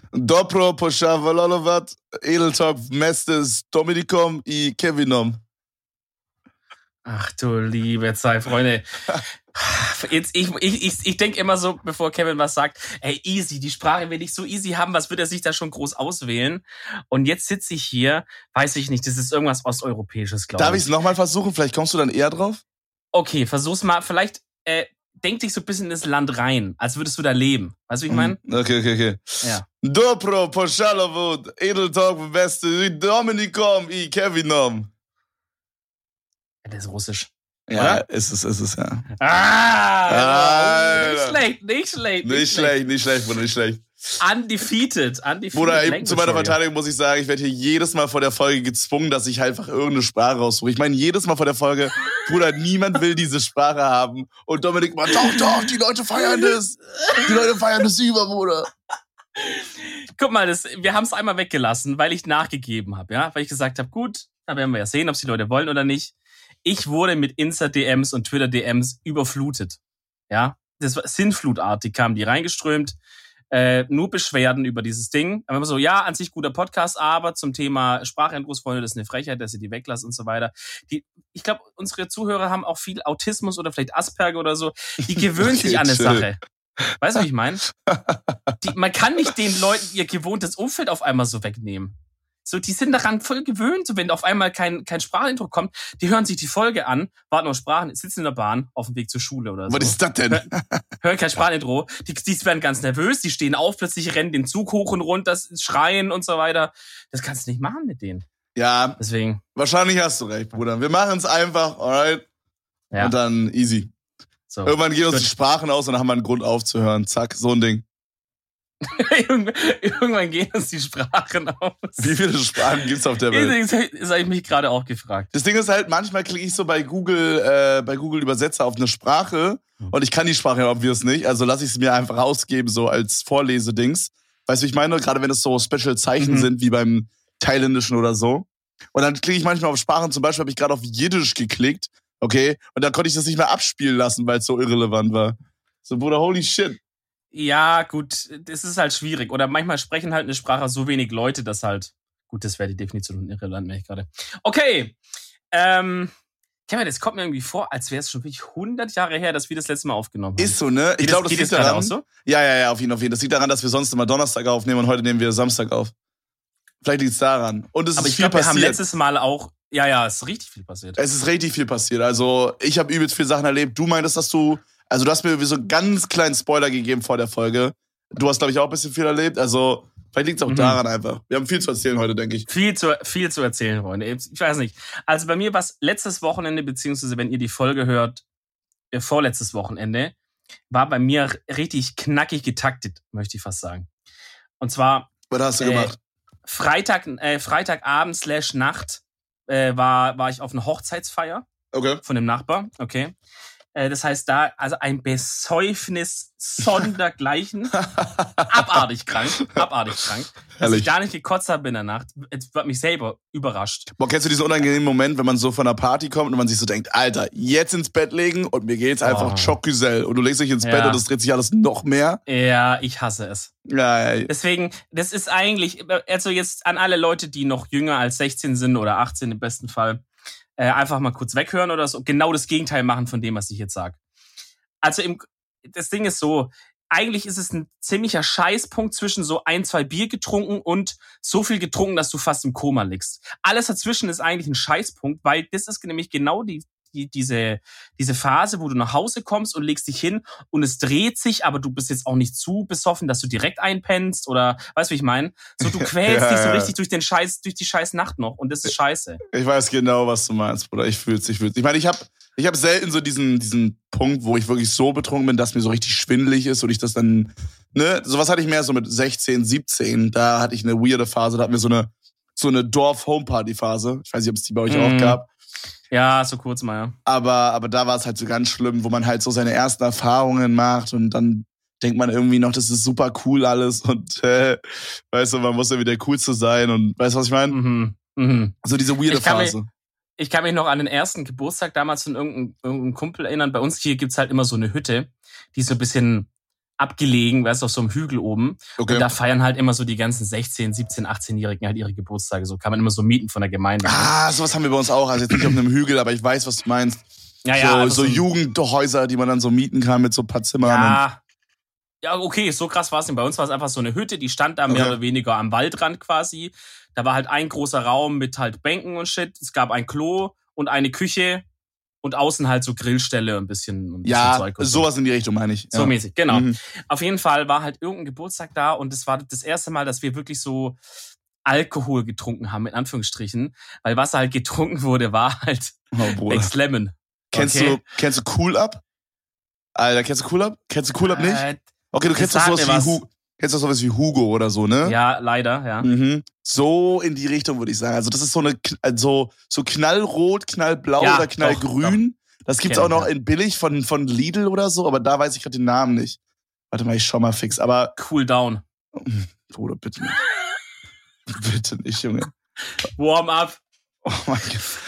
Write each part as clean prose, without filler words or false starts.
Dobro pošavalovat, Edeltalk mestes Dominikom I Kevinom. Ach du liebe Zeit, Freunde. Jetzt, ich denke immer so, bevor Kevin was sagt, ey, easy, die Sprache will ich so easy haben, was wird er sich da schon groß auswählen? Und jetzt sitze ich hier, weiß ich nicht, das ist irgendwas Osteuropäisches, glaube ich. Darf ich es nochmal versuchen? Vielleicht kommst du dann eher drauf? Okay, versuch's mal. Vielleicht denk dich so ein bisschen in das Land rein, als würdest du da leben. Weißt du, wie ich meine? Okay. Ja. Dobro pošalovut, Edeltalk mestes Dominikom I Kevinom. Das ist russisch. Ja, oder? ist es, ja. Nicht schlecht, Bruder, nicht schlecht. Undefeated. Bruder, zu meiner Verteidigung muss ich sagen, ich werde hier jedes Mal vor der Folge gezwungen, dass ich einfach irgendeine Sprache raussuche. Ich meine, jedes Mal vor der Folge, Bruder, niemand will diese Sprache haben. Und Dominik macht, doch, die Leute feiern das. Die Leute feiern das über, Bruder. Guck mal, wir haben es einmal weggelassen, weil ich nachgegeben habe, ja? Weil ich gesagt habe, gut, da werden wir ja sehen, ob es die Leute wollen oder nicht. Ich wurde mit Insta-DMs und Twitter-DMs überflutet. Ja, das war sinnflutartig, kamen die reingeströmt. Nur Beschwerden über dieses Ding. Aber so, ja, an sich guter Podcast, aber zum Thema Sprachentwurfsfreunde, das ist eine Frechheit, dass ihr die weglasst und so weiter. Ich glaube, unsere Zuhörer haben auch viel Autismus oder vielleicht Asperger oder so. Die gewöhnen sich an eine Sache. Weißt du, was ich meine? Man kann nicht den Leuten ihr gewohntes Umfeld auf einmal so wegnehmen. So, die sind daran voll gewöhnt, so wenn auf einmal kein Sprachintro kommt, die hören sich die Folge an, warten auf Sprachen, sitzen in der Bahn auf dem Weg zur Schule oder so. Was ist das denn? Hören kein Sprachintro, die werden ganz nervös, die stehen auf, plötzlich rennen den Zug hoch und runter, schreien und so weiter. Das kannst du nicht machen mit denen. Ja, deswegen. Wahrscheinlich hast du recht, Bruder. Wir machen es einfach, alright? Ja. Und dann easy. So. Irgendwann gehen uns die Sprachen aus und dann haben wir einen Grund aufzuhören. Zack, so ein Ding. Irgendwann gehen uns die Sprachen aus. Wie viele Sprachen gibt's auf der Welt? Das habe ich mich gerade auch gefragt. Das Ding ist halt, manchmal klicke ich so bei Google Übersetzer auf eine Sprache und ich kann die Sprache ja obvious nicht, also lasse ich es mir einfach ausgeben, so als Vorlesedings. Weißt du, wie ich meine? Gerade wenn es so Special Zeichen sind, wie beim Thailändischen oder so. Und dann klicke ich manchmal auf Sprachen, zum Beispiel habe ich gerade auf Jiddisch geklickt, okay? Und dann konnte ich das nicht mehr abspielen lassen, weil es so irrelevant war. So, Bruder, holy shit. Ja, gut, das ist halt schwierig. Oder manchmal sprechen halt eine Sprache so wenig Leute, dass halt... Gut, das wäre die Definition irrelevant, merke ich gerade. Okay. Kevin, das kommt mir irgendwie vor, als wäre es schon wirklich 100 Jahre her, dass wir das letzte Mal aufgenommen haben. Ist so, ne? Ich glaube, das liegt daran. Auch so? Ja, auf jeden Fall. Das liegt daran, dass wir sonst immer Donnerstag aufnehmen und heute nehmen wir Samstag auf. Vielleicht liegt es daran. Und es ist viel passiert. Aber ich glaube, wir haben letztes Mal auch... Ja, es ist richtig viel passiert. Es ist richtig viel passiert. Also, ich habe übelst viele Sachen erlebt. Du meintest, dass du... Also du hast mir so einen ganz kleinen Spoiler gegeben vor der Folge. Du hast, glaube ich, auch ein bisschen viel erlebt. Also vielleicht liegt es auch daran einfach. Wir haben viel zu erzählen heute, denke ich. Viel zu erzählen, Freunde. Ich weiß nicht. Also bei mir war es letztes Wochenende, beziehungsweise wenn ihr die Folge hört, vorletztes Wochenende, war bei mir richtig knackig getaktet, möchte ich fast sagen. Und zwar... Was hast du gemacht? Freitagabend / Nacht war ich auf einer Hochzeitsfeier. Okay. Von dem Nachbar. Okay. Das heißt, da, also ein Besäufnis sondergleichen. Abartig krank. Dass ich gar nicht gekotzt habe in der Nacht. Es hat mich selber überrascht. Boah, kennst du diesen unangenehmen Moment, wenn man so von einer Party kommt und man sich so denkt, Alter, jetzt ins Bett legen und mir geht's einfach Choc-Güzel. Und du legst dich ins Bett und es dreht sich alles noch mehr. Ja, ich hasse es. Ja. Deswegen, das ist eigentlich, also jetzt an alle Leute, die noch jünger als 16 sind oder 18 im besten Fall, einfach mal kurz weghören oder so, genau das Gegenteil machen von dem, was ich jetzt sage. Also das Ding ist so, eigentlich ist es ein ziemlicher Scheißpunkt zwischen so 1-2 Bier getrunken und so viel getrunken, dass du fast im Koma liegst. Alles dazwischen ist eigentlich ein Scheißpunkt, weil das ist nämlich genau diese Phase, wo du nach Hause kommst und legst dich hin und es dreht sich, aber du bist jetzt auch nicht zu besoffen, dass du direkt einpennst oder, weißt du, wie ich meine? So, du quälst dich so richtig durch die scheiß Nacht noch und das ist scheiße. Ich weiß genau, was du meinst, Bruder. Ich fühl's. Ich meine, ich hab selten so diesen Punkt, wo ich wirklich so betrunken bin, dass mir so richtig schwindelig ist und ich das dann, ne, sowas hatte ich mehr so mit 16, 17, da hatte ich eine weirde Phase, da hatten wir so eine Dorf-Homeparty-Phase. Ich weiß nicht, ob es die bei euch auch gab. Ja, so kurz mal, ja. Aber da war es halt so ganz schlimm, wo man halt so seine ersten Erfahrungen macht und dann denkt man irgendwie noch, das ist super cool alles und weißt du, man muss ja wieder cool zu sein und weißt du, was ich meine? So diese weirde Phase. Ich kann mich noch an den ersten Geburtstag damals von irgendeinem Kumpel erinnern. Bei uns hier gibt's halt immer so eine Hütte, die ist so ein bisschen abgelegen, weißt du, auf so einem Hügel oben. Okay. Und da feiern halt immer so die ganzen 16, 17, 18-Jährigen halt ihre Geburtstage. So kann man immer so mieten von der Gemeinde. Sowas haben wir bei uns auch. Also jetzt nicht auf einem Hügel, aber ich weiß, was du meinst. Ja, so Jugendhäuser, die man dann so mieten kann mit so ein paar Zimmern. Ja, okay, so krass war es nicht. Bei uns war es einfach so eine Hütte, die stand da mehr oder weniger am Waldrand quasi. Da war halt ein großer Raum mit halt Bänken und Shit. Es gab ein Klo und eine Küche und außen halt so Grillstelle und ein bisschen Zeug. Sowas in die Richtung meine ich. So mäßig, genau. Auf jeden Fall war halt irgendein Geburtstag da und es war das erste Mal, dass wir wirklich so Alkohol getrunken haben, in Anführungsstrichen. Weil was halt getrunken wurde, war halt Ex Lemon. Kennst du Cool Up? Alter, kennst du Cool Up? Kennst du Cool Up nicht? Okay, du kennst doch sowas wie Hugo oder so, ne? Ja, leider, ja. So in die Richtung würde ich sagen. Also das ist so knallrot, knallblau oder knallgrün. Doch. Das gibt's auch noch in billig von Lidl oder so, aber da weiß ich gerade den Namen nicht. Warte mal, ich schau mal fix. Aber Cool Down. Bruder, bitte nicht. Bitte nicht, Junge. Warm up. Oh mein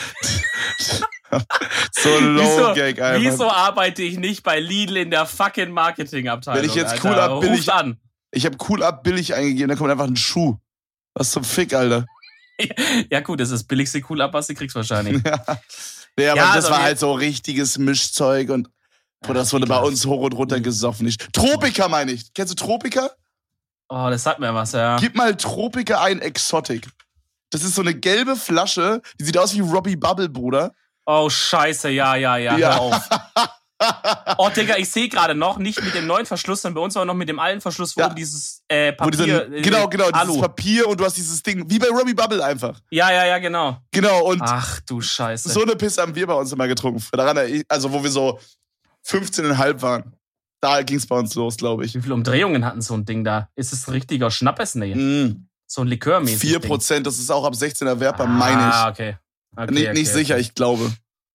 Gott. So low Gag, Alter. Wieso arbeite ich nicht bei Lidl in der fucking Marketingabteilung? Wenn ich jetzt Cool Up billig an. Ich habe Cool Up billig eingegeben, dann kommt einfach ein Schuh. Was zum Fick, Alter. Ja gut, das ist das billigste Cool Up, was du kriegst wahrscheinlich. Ja, aber das war halt so richtiges Mischzeug und das wurde bei uns hoch und runter gesoffen. Tropica meine ich. Kennst du Tropica? Oh, das sagt mir was, ja. Gib mal Tropica ein Exotic. Das ist so eine gelbe Flasche, die sieht aus wie Robbie Bubble, Bruder. Oh, scheiße, ja, hör auf. Oh, Digga, ich sehe gerade noch, nicht mit dem neuen Verschluss, sondern bei uns auch noch mit dem alten Verschluss, wo dieses Papier... Genau, dieses Papier und du hast dieses Ding, wie bei Robbie Bubble einfach. Ja, genau. Genau, und... Ach, du Scheiße. So eine Pisse haben wir bei uns immer getrunken. Also, wo wir so 15,5 waren. Da ging's bei uns los, glaube ich. Wie viele Umdrehungen hatten so ein Ding da? Ist es ein richtiger Schnappes? Nee. So ein Likörmäßig 4%, Ding. Das ist auch ab 16 erwerbbar, meine ich. Okay. Nicht sicher, ich glaube.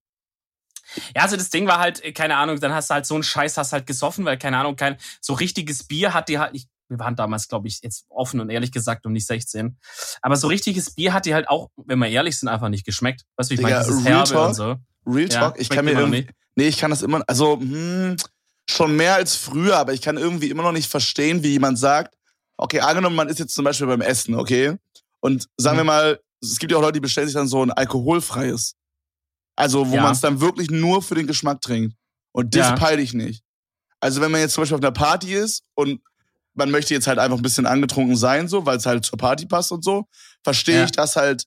Ja, also das Ding war halt, keine Ahnung, dann hast du halt so einen Scheiß, hast halt gesoffen, weil, keine Ahnung, kein so richtiges Bier hat die halt nicht. Wir waren damals, glaube ich, jetzt offen und ehrlich gesagt und nicht 16. Aber so richtiges Bier hat die halt auch, wenn wir ehrlich sind, einfach nicht geschmeckt. Weißt du, wie ich meine, dieses Herbe Talk, und so. Real Talk, ich kann mir irgendwie... Nee, ich kann das immer... Also, schon mehr als früher, aber ich kann irgendwie immer noch nicht verstehen, wie jemand sagt, okay, angenommen, man ist jetzt zum Beispiel beim Essen, okay? Und sagen wir mal, es gibt ja auch Leute, die bestellen sich dann so ein alkoholfreies. Also, wo man es dann wirklich nur für den Geschmack trinkt. Und das peile ich nicht. Also, wenn man jetzt zum Beispiel auf einer Party ist und man möchte jetzt halt einfach ein bisschen angetrunken sein, so, weil es halt zur Party passt und so, verstehe ich, dass halt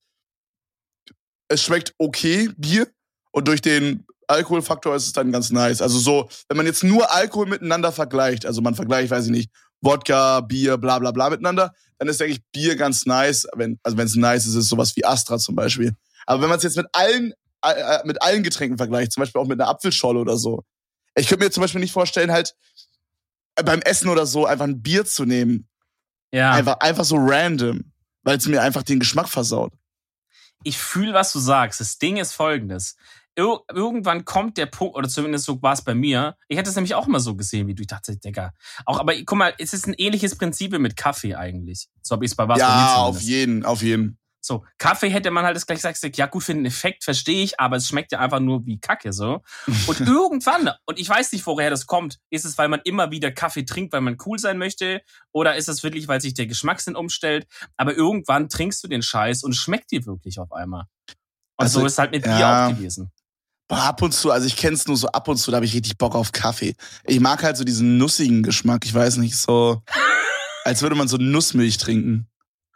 es schmeckt okay, Bier, und durch den Alkoholfaktor ist es dann ganz nice. Also so, wenn man jetzt nur Alkohol miteinander vergleicht, also man vergleicht, weiß ich nicht, Wodka, Bier, bla bla bla miteinander, dann ist, denke ich, Bier ganz nice. Wenn es nice ist, ist es sowas wie Astra zum Beispiel. Aber wenn man es jetzt mit allen Getränken vergleicht, zum Beispiel auch mit einer Apfelscholle oder so, ich könnte mir zum Beispiel nicht vorstellen, halt beim Essen oder so einfach ein Bier zu nehmen. Ja. Einfach so random, weil es mir einfach den Geschmack versaut. Ich fühle, was du sagst. Das Ding ist folgendes. Irgendwann kommt der Punkt, oder zumindest so war es bei mir. Ich hätte es nämlich auch immer so gesehen, wie du. Ich dachte, Digga. Aber guck mal, es ist ein ähnliches Prinzip mit Kaffee eigentlich. So habe ich es bei was. Ja, auf jeden. So, Kaffee hätte man halt das gleich gesagt, ja gut, für den Effekt verstehe ich, aber es schmeckt ja einfach nur wie Kacke, so. Und irgendwann, und ich weiß nicht, woher das kommt, ist es, weil man immer wieder Kaffee trinkt, weil man cool sein möchte, oder ist es wirklich, weil sich der Geschmackssinn umstellt, aber irgendwann trinkst du den Scheiß und es schmeckt dir wirklich auf einmal. Und also, so ist es halt mit Bier auch gewesen. Ab und zu, also ich kenn's nur so ab und zu, da habe ich richtig Bock auf Kaffee. Ich mag halt so diesen nussigen Geschmack, ich weiß nicht, so als würde man so Nussmilch trinken.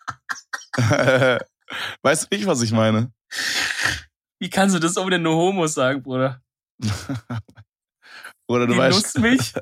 Weißt du nicht, was ich meine? Wie kannst du das ohne No Homo sagen, Bruder? Bruder, du weißt. Nussmilch?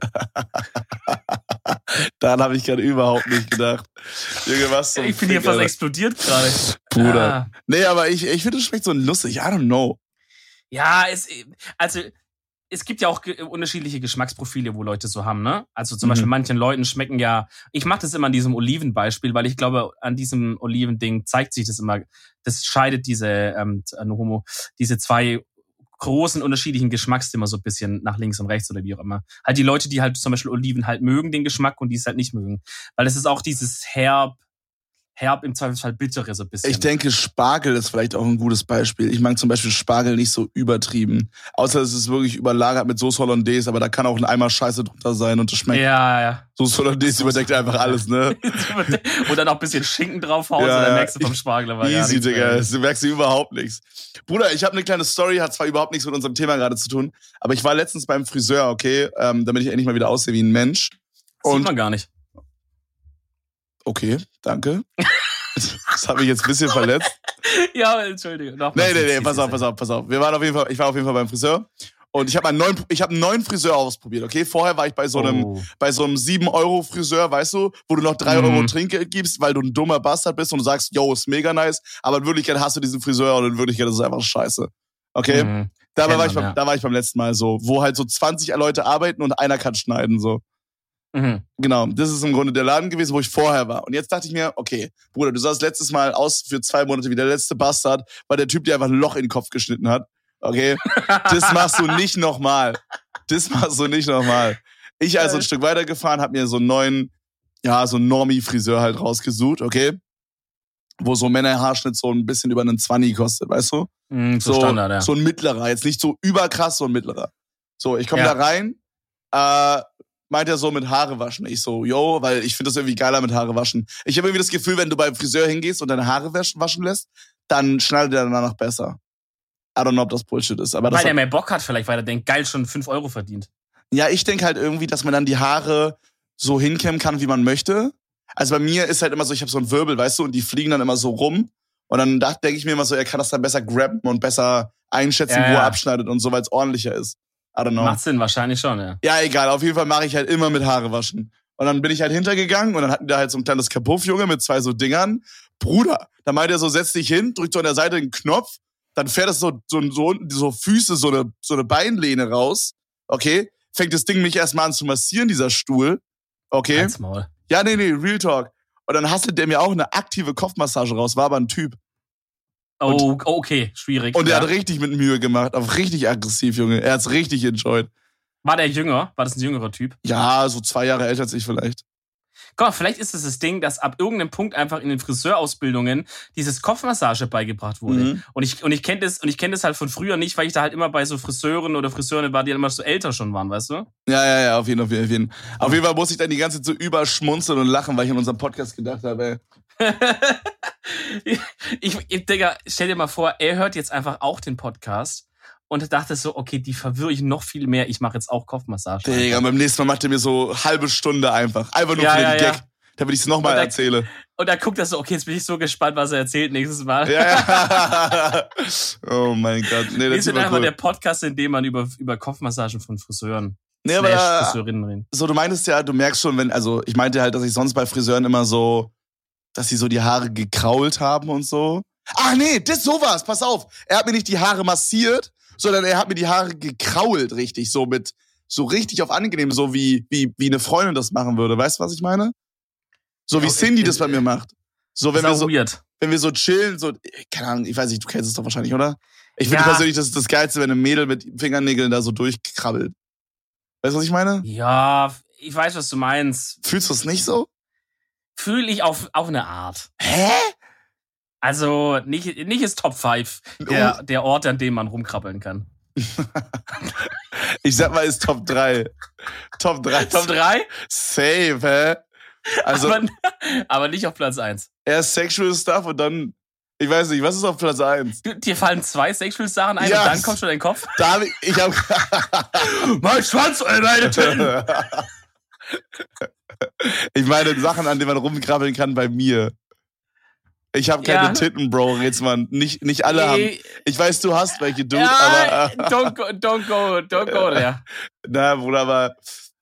Daran habe ich gerade überhaupt nicht gedacht. Junge, was so ich bin hier fast explodiert gerade. Bruder. Ah. Nee, aber ich finde, es schmeckt so nussig. I don't know. Ja, es gibt ja auch unterschiedliche Geschmacksprofile, wo Leute so haben, ne? Also zum Beispiel manchen Leuten schmecken ja, ich mache das immer an diesem Olivenbeispiel, weil ich glaube, an diesem Olivending zeigt sich das immer, das scheidet diese zwei großen unterschiedlichen Geschmackszimmer so ein bisschen nach links und rechts oder wie auch immer. Halt die Leute, die halt zum Beispiel Oliven halt mögen, den Geschmack, und die es halt nicht mögen. Weil es ist auch dieses herb, im Zweifelsfall bittere so ein bisschen. Ich denke, Spargel ist vielleicht auch ein gutes Beispiel. Ich mag zum Beispiel Spargel nicht so übertrieben. Außer es ist wirklich überlagert mit Sauce Hollandaise, aber da kann auch ein Eimer Scheiße drunter sein und das schmeckt. Ja. Sauce Hollandaise überdeckt einfach alles, ne? Und dann auch ein bisschen Schinken draufhauen, und dann merkst du vom Spargel aber easy, ja Digga. Du merkst überhaupt nichts. Bruder, ich habe eine kleine Story, hat zwar überhaupt nichts mit unserem Thema gerade zu tun, aber ich war letztens beim Friseur, okay, damit ich endlich mal wieder aussehe wie ein Mensch. Sieht man gar nicht. Okay, danke. Das hat mich jetzt ein bisschen verletzt. Ja, Entschuldige. Nee, pass auf. Ich war auf jeden Fall beim Friseur. Und ich habe einen neuen Friseur ausprobiert, okay? Vorher war ich bei so einem 7-Euro-Friseur, weißt du, wo du noch 3 Euro Trinkgeld gibst, weil du ein dummer Bastard bist und du sagst, yo, ist mega nice, aber in Wirklichkeit hast du diesen Friseur und in Wirklichkeit ist es einfach scheiße. Okay? Da war ich beim letzten Mal so, wo halt so 20 Leute arbeiten und einer kann schneiden, so. Genau, das ist im Grunde der Laden gewesen, wo ich vorher war. Und jetzt dachte ich mir, okay, Bruder, du sahst letztes Mal aus für 2 Monate wie der letzte Bastard, weil der Typ dir einfach ein Loch in den Kopf geschnitten hat. Okay? Das machst du nicht nochmal. Ich also ein Stück weitergefahren, hab mir so einen neuen, so einen Normie-Friseur halt rausgesucht, okay? Wo so Männerhaarschnitt so ein bisschen über einen 20 kostet, weißt du? So Standard, ja. So ein mittlerer, jetzt nicht so überkrass, so ein mittlerer. So, ich komme da rein, meint er so mit Haare waschen. Ich so, yo, weil ich finde das irgendwie geiler mit Haare waschen. Ich habe irgendwie das Gefühl, wenn du beim Friseur hingehst und deine Haare waschen lässt, dann schneidet er danach besser. I don't know, ob das Bullshit ist. Aber weil der mehr Bock hat vielleicht, weil er denkt, geil, schon 5 Euro verdient. Ja, ich denke halt irgendwie, dass man dann die Haare so hinkämmen kann, wie man möchte. Also bei mir ist halt immer so, ich habe so einen Wirbel, weißt du, und die fliegen dann immer so rum. Und dann denke ich mir immer so, er kann das dann besser grabben und besser einschätzen, wo er abschneidet und so, weil es ordentlicher ist. I don't know. Macht Sinn, wahrscheinlich schon, ja. Ja, egal. Auf jeden Fall mache ich halt immer mit Haare waschen. Und dann bin ich halt hintergegangen und dann hatten wir halt so ein kleines Kapuff-Junge mit 2 so Dingern. Bruder, da meint er so, setz dich hin, drückt so an der Seite den Knopf, dann fährt das so Füße, so eine Beinlehne raus. Okay? Fängt das Ding mich erstmal an zu massieren, dieser Stuhl. Okay? Halt's Maul. Ja, nee, Real Talk. Und dann hastelt der mir auch eine aktive Kopfmassage raus, war aber ein Typ. Oh, okay, schwierig. Und er hat richtig mit Mühe gemacht, auch richtig aggressiv, Junge. Er hat's richtig enjoyed. War der jünger? War das ein jüngerer Typ? Ja, so 2 Jahre älter als ich vielleicht. Guck mal, vielleicht ist das Ding, dass ab irgendeinem Punkt einfach in den Friseurausbildungen dieses Kopfmassage beigebracht wurde. Und ich kenne das halt von früher nicht, weil ich da halt immer bei so Friseuren oder Friseuren war, die immer so älter schon waren, weißt du? Ja, auf jeden Fall. Auf jeden Fall muss ich dann die ganze Zeit so überschmunzeln und lachen, weil ich an unserem Podcast gedacht habe, Digga, stell dir mal vor, er hört jetzt einfach auch den Podcast und dachte so, okay, die verwirre ich noch viel mehr, ich mache jetzt auch Kopfmassage. Digga, beim nächsten Mal macht er mir so halbe Stunde einfach nur für den Gag, damit ich es nochmal erzähle. Und dann guckt er so, okay, jetzt bin ich so gespannt, was er erzählt nächstes Mal. Ja. Oh mein Gott. Nee, das ist einfach cool. Der Podcast, in dem man über Kopfmassagen von Friseuren Friseurinnen reden. So, du meintest ja, du merkst schon, ich meinte halt, dass ich sonst bei Friseuren immer so, dass sie so die Haare gekrault haben und so. Ach nee, das sowas, pass auf. Er hat mir nicht die Haare massiert, sondern er hat mir die Haare gekrault, richtig, so richtig auf angenehm, so wie eine Freundin das machen würde. Weißt du, was ich meine? So wie Cindy das bei mir macht. So, wenn wir so chillen, so, keine Ahnung, ich weiß nicht, du kennst es doch wahrscheinlich, oder? Ich finde persönlich, das ist das Geilste, wenn ein Mädel mit Fingernägeln da so durchkrabbelt. Weißt du, was ich meine? Ja, ich weiß, was du meinst. Fühlst du es nicht so? Fühle ich auf eine Art. Hä? Also, nicht ist Top 5 der Ort, an dem man rumkrabbeln kann. Ich sag mal, ist Top 3. Top 3? Top 3? Safe, hä? Also, aber nicht auf Platz 1. Erst Sexual Stuff und dann, ich weiß nicht, was ist auf Platz 1? Dir fallen 2 Sexual-Sachen ein und dann kommt schon dein Kopf? Ich hab mein Schwanz, meine Titten! Ich meine Sachen, an denen man rumkrabbeln kann bei mir. Ich habe keine Titten, Bro, Rätsmann. Nicht alle haben. Ich weiß, du hast welche, Dude, aber... Don't go there. Na, Bruder, aber...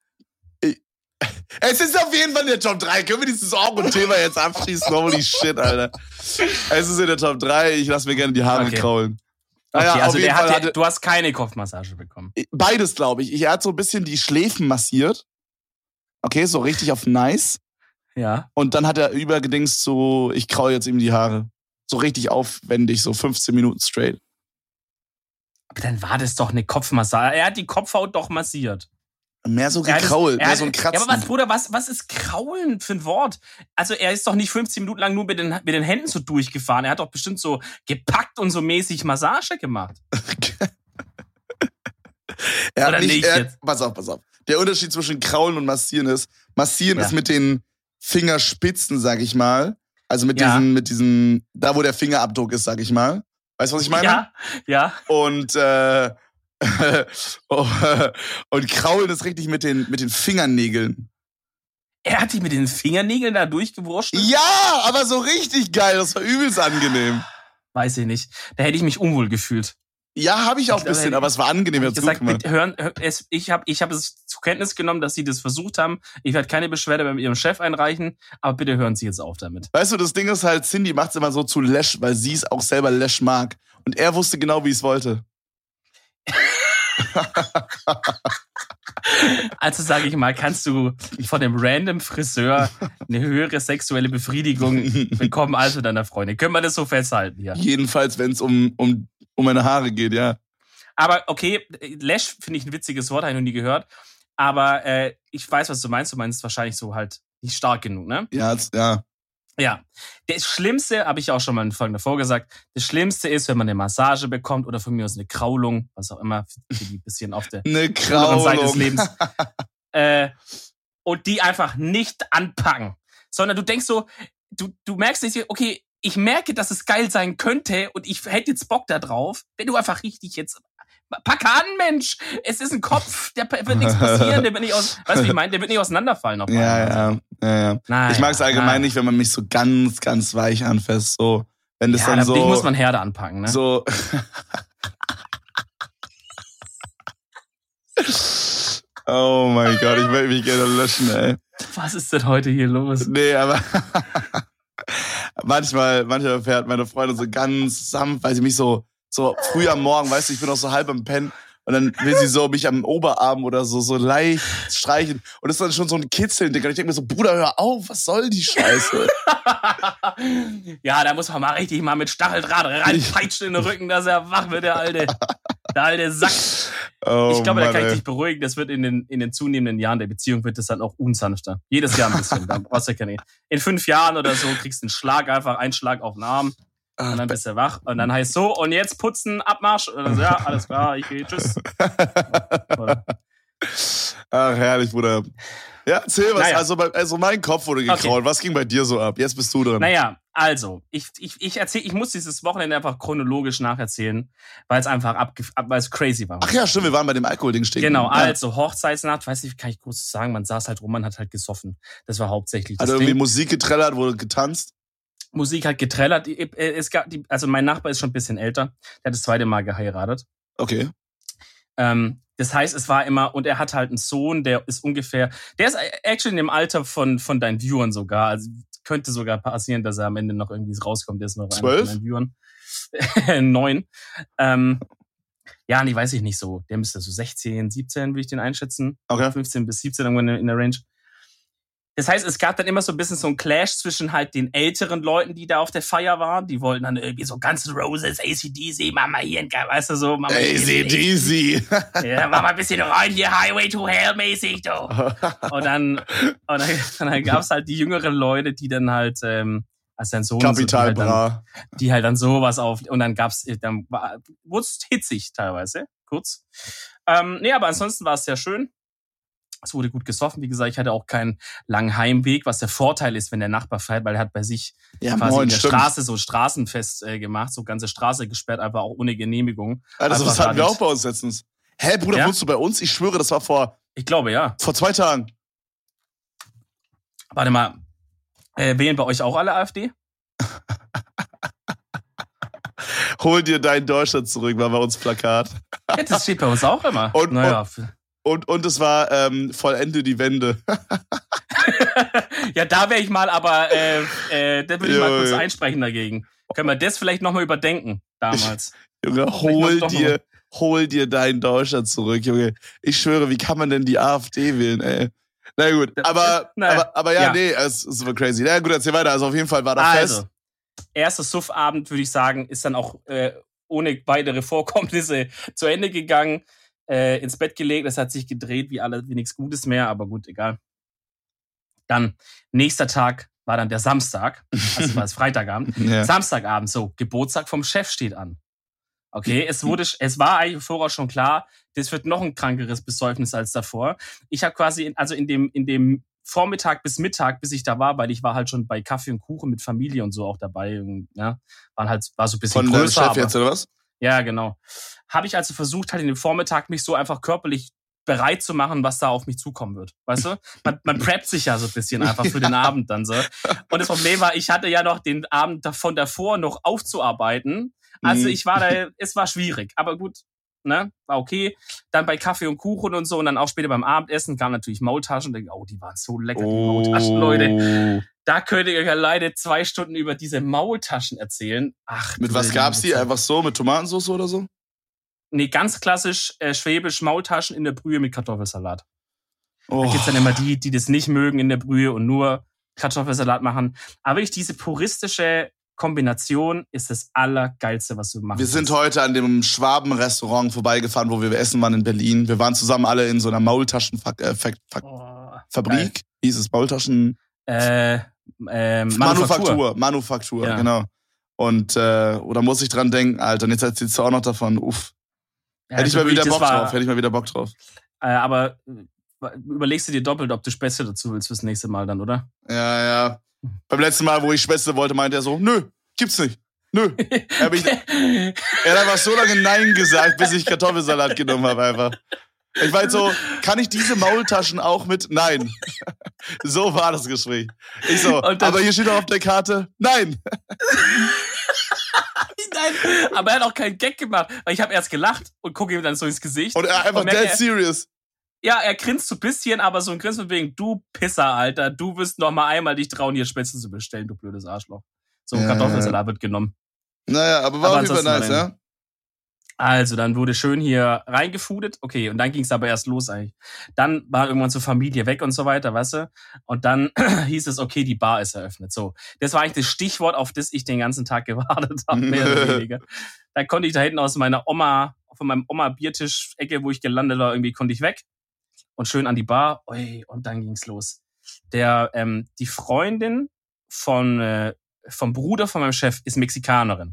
Es ist auf jeden Fall in der Top 3. Können wir dieses Thema jetzt abschließen? Holy shit, Alter. Es ist in der Top 3. Ich lasse mir gerne die Haare kraulen. Naja, okay, also du hast keine Kopfmassage bekommen. Beides, glaube ich. Er hat so ein bisschen die Schläfen massiert. Okay, so richtig auf nice. Ja. Und dann hat er übergedingst so, ich kraule jetzt ihm die Haare. So richtig aufwendig, so 15 Minuten straight. Aber dann war das doch eine Kopfmassage. Er hat die Kopfhaut doch massiert. Mehr so gekrault, mehr so ein Kratzen. Ja, aber Bruder, was ist Kraulen für ein Wort? Also er ist doch nicht 15 Minuten lang nur mit den Händen so durchgefahren. Er hat doch bestimmt so gepackt und so mäßig Massage gemacht. Oder nicht? Pass auf. Der Unterschied zwischen Kraulen und Massieren ist mit den Fingerspitzen, sag ich mal. Also mit diesen, da wo der Fingerabdruck ist, sag ich mal. Weißt du, was ich meine? Ja. Und und Kraulen ist richtig mit den Fingernägeln. Er hat dich mit den Fingernägeln da durchgewurscht? Ja, aber so richtig geil. Das war übelst angenehm. Weiß ich nicht. Da hätte ich mich unwohl gefühlt. Ja, habe ich auch ein bisschen, aber es war angenehm. Ich habe es zur Kenntnis genommen, dass sie das versucht haben. Ich werde keine Beschwerde bei ihrem Chef einreichen, aber bitte hören Sie jetzt auf damit. Weißt du, das Ding ist halt, Cindy macht es immer so zu Lash, weil sie es auch selber Lash mag. Und er wusste genau, wie ich es wollte. Also sage ich mal, kannst du von dem random Friseur eine höhere sexuelle Befriedigung bekommen als mit deiner Freundin? Können wir das so festhalten hier? Jedenfalls, wenn es um meine Haare geht, ja. Aber okay, Lash finde ich ein witziges Wort, habe ich noch nie gehört. Aber ich weiß, was du meinst. Du meinst wahrscheinlich so halt nicht stark genug, ne? Ja. Ja, das Schlimmste, habe ich auch schon mal in Folgen davor gesagt, das Schlimmste ist, wenn man eine Massage bekommt oder von mir aus eine Kraulung, was auch immer, für die bisschen auf der anderen Seite des Lebens. Und die einfach nicht anpacken. Sondern du denkst so, du merkst nicht, okay, ich merke, dass es geil sein könnte und ich hätte jetzt Bock da drauf, wenn du einfach richtig jetzt... Pack an, Mensch! Es ist ein Kopf, der wird nichts passieren, der wird nicht weißt du, wie ich meine? Der wird nicht auseinanderfallen. Auf ja. Naja, ich mag es allgemein nicht, wenn man mich so ganz, ganz weich anfasst, so. Wenn das dann so... dich muss man Herde anpacken, ne? So... Oh mein Gott, ich möchte mich gerne löschen, ey. Was ist denn heute hier los? Nee, aber... manchmal fährt meine Freundin so ganz sanft, weil sie mich so früh am Morgen, weißt du, ich bin auch so halb am Pennen und dann will sie so mich am Oberarm oder so leicht streichen und das ist dann schon so ein Kitzeln, Digga. Und ich denke mir so, Bruder, hör auf, was soll die Scheiße? Ja, da muss man mal richtig mit Stacheldraht reinpeitschen in den Rücken, dass er wach wird, der alte Sack. Oh, ich glaube, Mann, da kann ich dich beruhigen, das wird in den zunehmenden Jahren der Beziehung wird das dann auch unsanfter. Jedes Jahr ein bisschen. Da brauchst du keine. In 5 Jahren oder so kriegst du einen Schlag, einfach einen Schlag auf den Arm. Und dann bist du wach. Und dann heißt so, und jetzt putzen, Abmarsch. Und dann so, ja, alles klar, ich gehe, tschüss. Ach, herrlich, Bruder. Ja, erzähl was. Naja. Also mein Kopf wurde gekrault. Okay. Was ging bei dir so ab? Jetzt bist du dran. Naja, also, ich muss dieses Wochenende einfach chronologisch nacherzählen, weil es einfach weil es crazy war. Ach ja, stimmt, wir waren bei dem Alkohol-Ding stehen. Genau, also Hochzeitsnacht, weiß nicht, kann ich kurz sagen, man saß halt rum, man hat halt gesoffen. Das war hauptsächlich das Ding. Irgendwie Musik getrellert, wurde getanzt? Musik hat getrellert. Also mein Nachbar ist schon ein bisschen älter. Der hat das 2. Mal geheiratet. Okay. Das heißt, es war immer, und er hat halt einen Sohn, der ist actually in dem Alter von deinen Viewern sogar. Also könnte sogar passieren, dass er am Ende noch irgendwie rauskommt. Der ist noch 12? Einer von deinen Viewern. 9. Ja, nee, weiß ich nicht so. Der müsste so 16, 17, würde ich den einschätzen. Okay. 15 bis 17 irgendwann in der Range. Das heißt, es gab dann immer so ein bisschen so ein Clash zwischen halt den älteren Leuten, die da auf der Feier waren. Die wollten dann irgendwie so Guns N' Roses, AC/DC, mach mal hier, weißt du so. AC/DC. Ja, mach mal ein bisschen rein hier, Highway to Hell mäßig, du. Und dann gab's halt die jüngeren Leute, die dann halt, als sein Sohn Kapital die halt dann sowas auf, und dann wurde es hitzig teilweise, kurz. Nee, aber ansonsten war es sehr schön. Es wurde gut gesoffen, wie gesagt, ich hatte auch keinen langen Heimweg, was der Vorteil ist, wenn der Nachbar fährt, weil er hat bei sich quasi in der Straße so Straßenfest gemacht, so ganze Straße gesperrt, aber auch ohne Genehmigung. Also das hatten wir auch bei uns letztens. Hä, Bruder, wohnst du bei uns? Ich schwöre, das war vor 2 Tagen. Warte mal, wählen bei euch auch alle AfD? Hol dir dein Deutschland zurück, war bei uns Plakat. Ja, das steht bei uns auch immer. Und es war vollende die Wende. Ja, da wäre ich mal, aber da würde ich mal kurz einsprechen dagegen. Können wir das vielleicht nochmal überdenken, damals? Junge, hol dir dein Deutschland zurück, Junge. Ich schwöre, wie kann man denn die AfD wählen, ey? Na gut, aber ja, nee, es ist so crazy. Na gut, erzähl weiter. Also auf jeden Fall war das Fest. Erster Suffabend, würde ich sagen, ist dann auch ohne weitere Vorkommnisse zu Ende gegangen. ins Bett gelegt, es hat sich gedreht wie nichts Gutes mehr, aber gut, egal. Dann, nächster Tag war dann der Samstag, also war es Freitagabend. Ja. Samstagabend, so, Geburtstag vom Chef steht an. Okay, es war eigentlich vorher schon klar, das wird noch ein krankeres Besäufnis als davor. Ich habe quasi, in dem Vormittag bis Mittag, bis ich da war, weil ich war halt schon bei Kaffee und Kuchen mit Familie und so auch dabei. Und, ja, war so ein bisschen Von größer. Von deinem Chef jetzt, oder was? Ja, genau. Habe ich also versucht, halt in dem Vormittag mich so einfach körperlich bereit zu machen, was da auf mich zukommen wird. Weißt du? Man preppt sich ja so ein bisschen einfach für den Abend dann so. Und das Problem war, ich hatte ja noch den Abend davor noch aufzuarbeiten. Also es war schwierig. Aber gut, ne? War okay. Dann bei Kaffee und Kuchen und so und dann auch später beim Abendessen kamen natürlich Maultaschen. Und oh, die waren so lecker, die Maultaschen, Leute. Da könnt ihr euch ja leider 2 Stunden über diese Maultaschen erzählen. Ach, mit was gab's die? Einfach so? Mit Tomatensauce oder so? Nee, ganz klassisch schwäbisch Maultaschen in der Brühe mit Kartoffelsalat. Oh. Da gibt's dann immer die das nicht mögen in der Brühe und nur Kartoffelsalat machen. Aber diese puristische Kombination ist das Allergeilste, was du machen Wir sind heute an dem Schwaben-Restaurant vorbeigefahren, wo wir essen waren in Berlin. Wir waren zusammen alle in so einer Maultaschenfabrik. Hieß es Maultaschen? Manufaktur, ja. Genau. Und oder muss ich dran denken, Alter, und jetzt erzählst du auch noch davon, uff. Ja, hätte ich mal wieder Bock drauf. Aber überlegst du dir doppelt, ob du Spätzle dazu willst fürs nächste Mal dann, oder? Ja. Beim letzten Mal, wo ich Spätzle wollte, meinte er so, nö, gibt's nicht. Nö. Er hat einfach so lange Nein gesagt, bis ich Kartoffelsalat genommen habe einfach. Ich war so, kann ich diese Maultaschen auch mit? Nein. So war das Gespräch. Ich so, aber hier steht doch auf der Karte, nein. Nein, aber er hat auch keinen Gag gemacht, weil ich habe erst gelacht und gucke ihm dann so ins Gesicht. Und er einfach dead serious. Ja, er grinst so ein bisschen, aber so ein Grinsen von wegen, du Pisser, Alter, du wirst noch mal einmal dich trauen, hier Spätzle zu bestellen, du blödes Arschloch. So ein Kartoffelsalat wird genommen. Naja, aber war auf jeden Fall nice, ja? Also, dann wurde schön hier reingefoodet. Okay, und dann ging es aber erst los eigentlich. Dann war irgendwann zur Familie weg und so weiter, weißt du? Und dann hieß es, okay, die Bar ist eröffnet. So, das war eigentlich das Stichwort, auf das ich den ganzen Tag gewartet habe, mehr oder weniger. Dann konnte ich da hinten von meinem Oma-Biertisch-Ecke, wo ich gelandet war, irgendwie konnte ich weg. Und schön an die Bar. Ui, und dann ging's los. Die Freundin vom Bruder von meinem Chef ist Mexikanerin.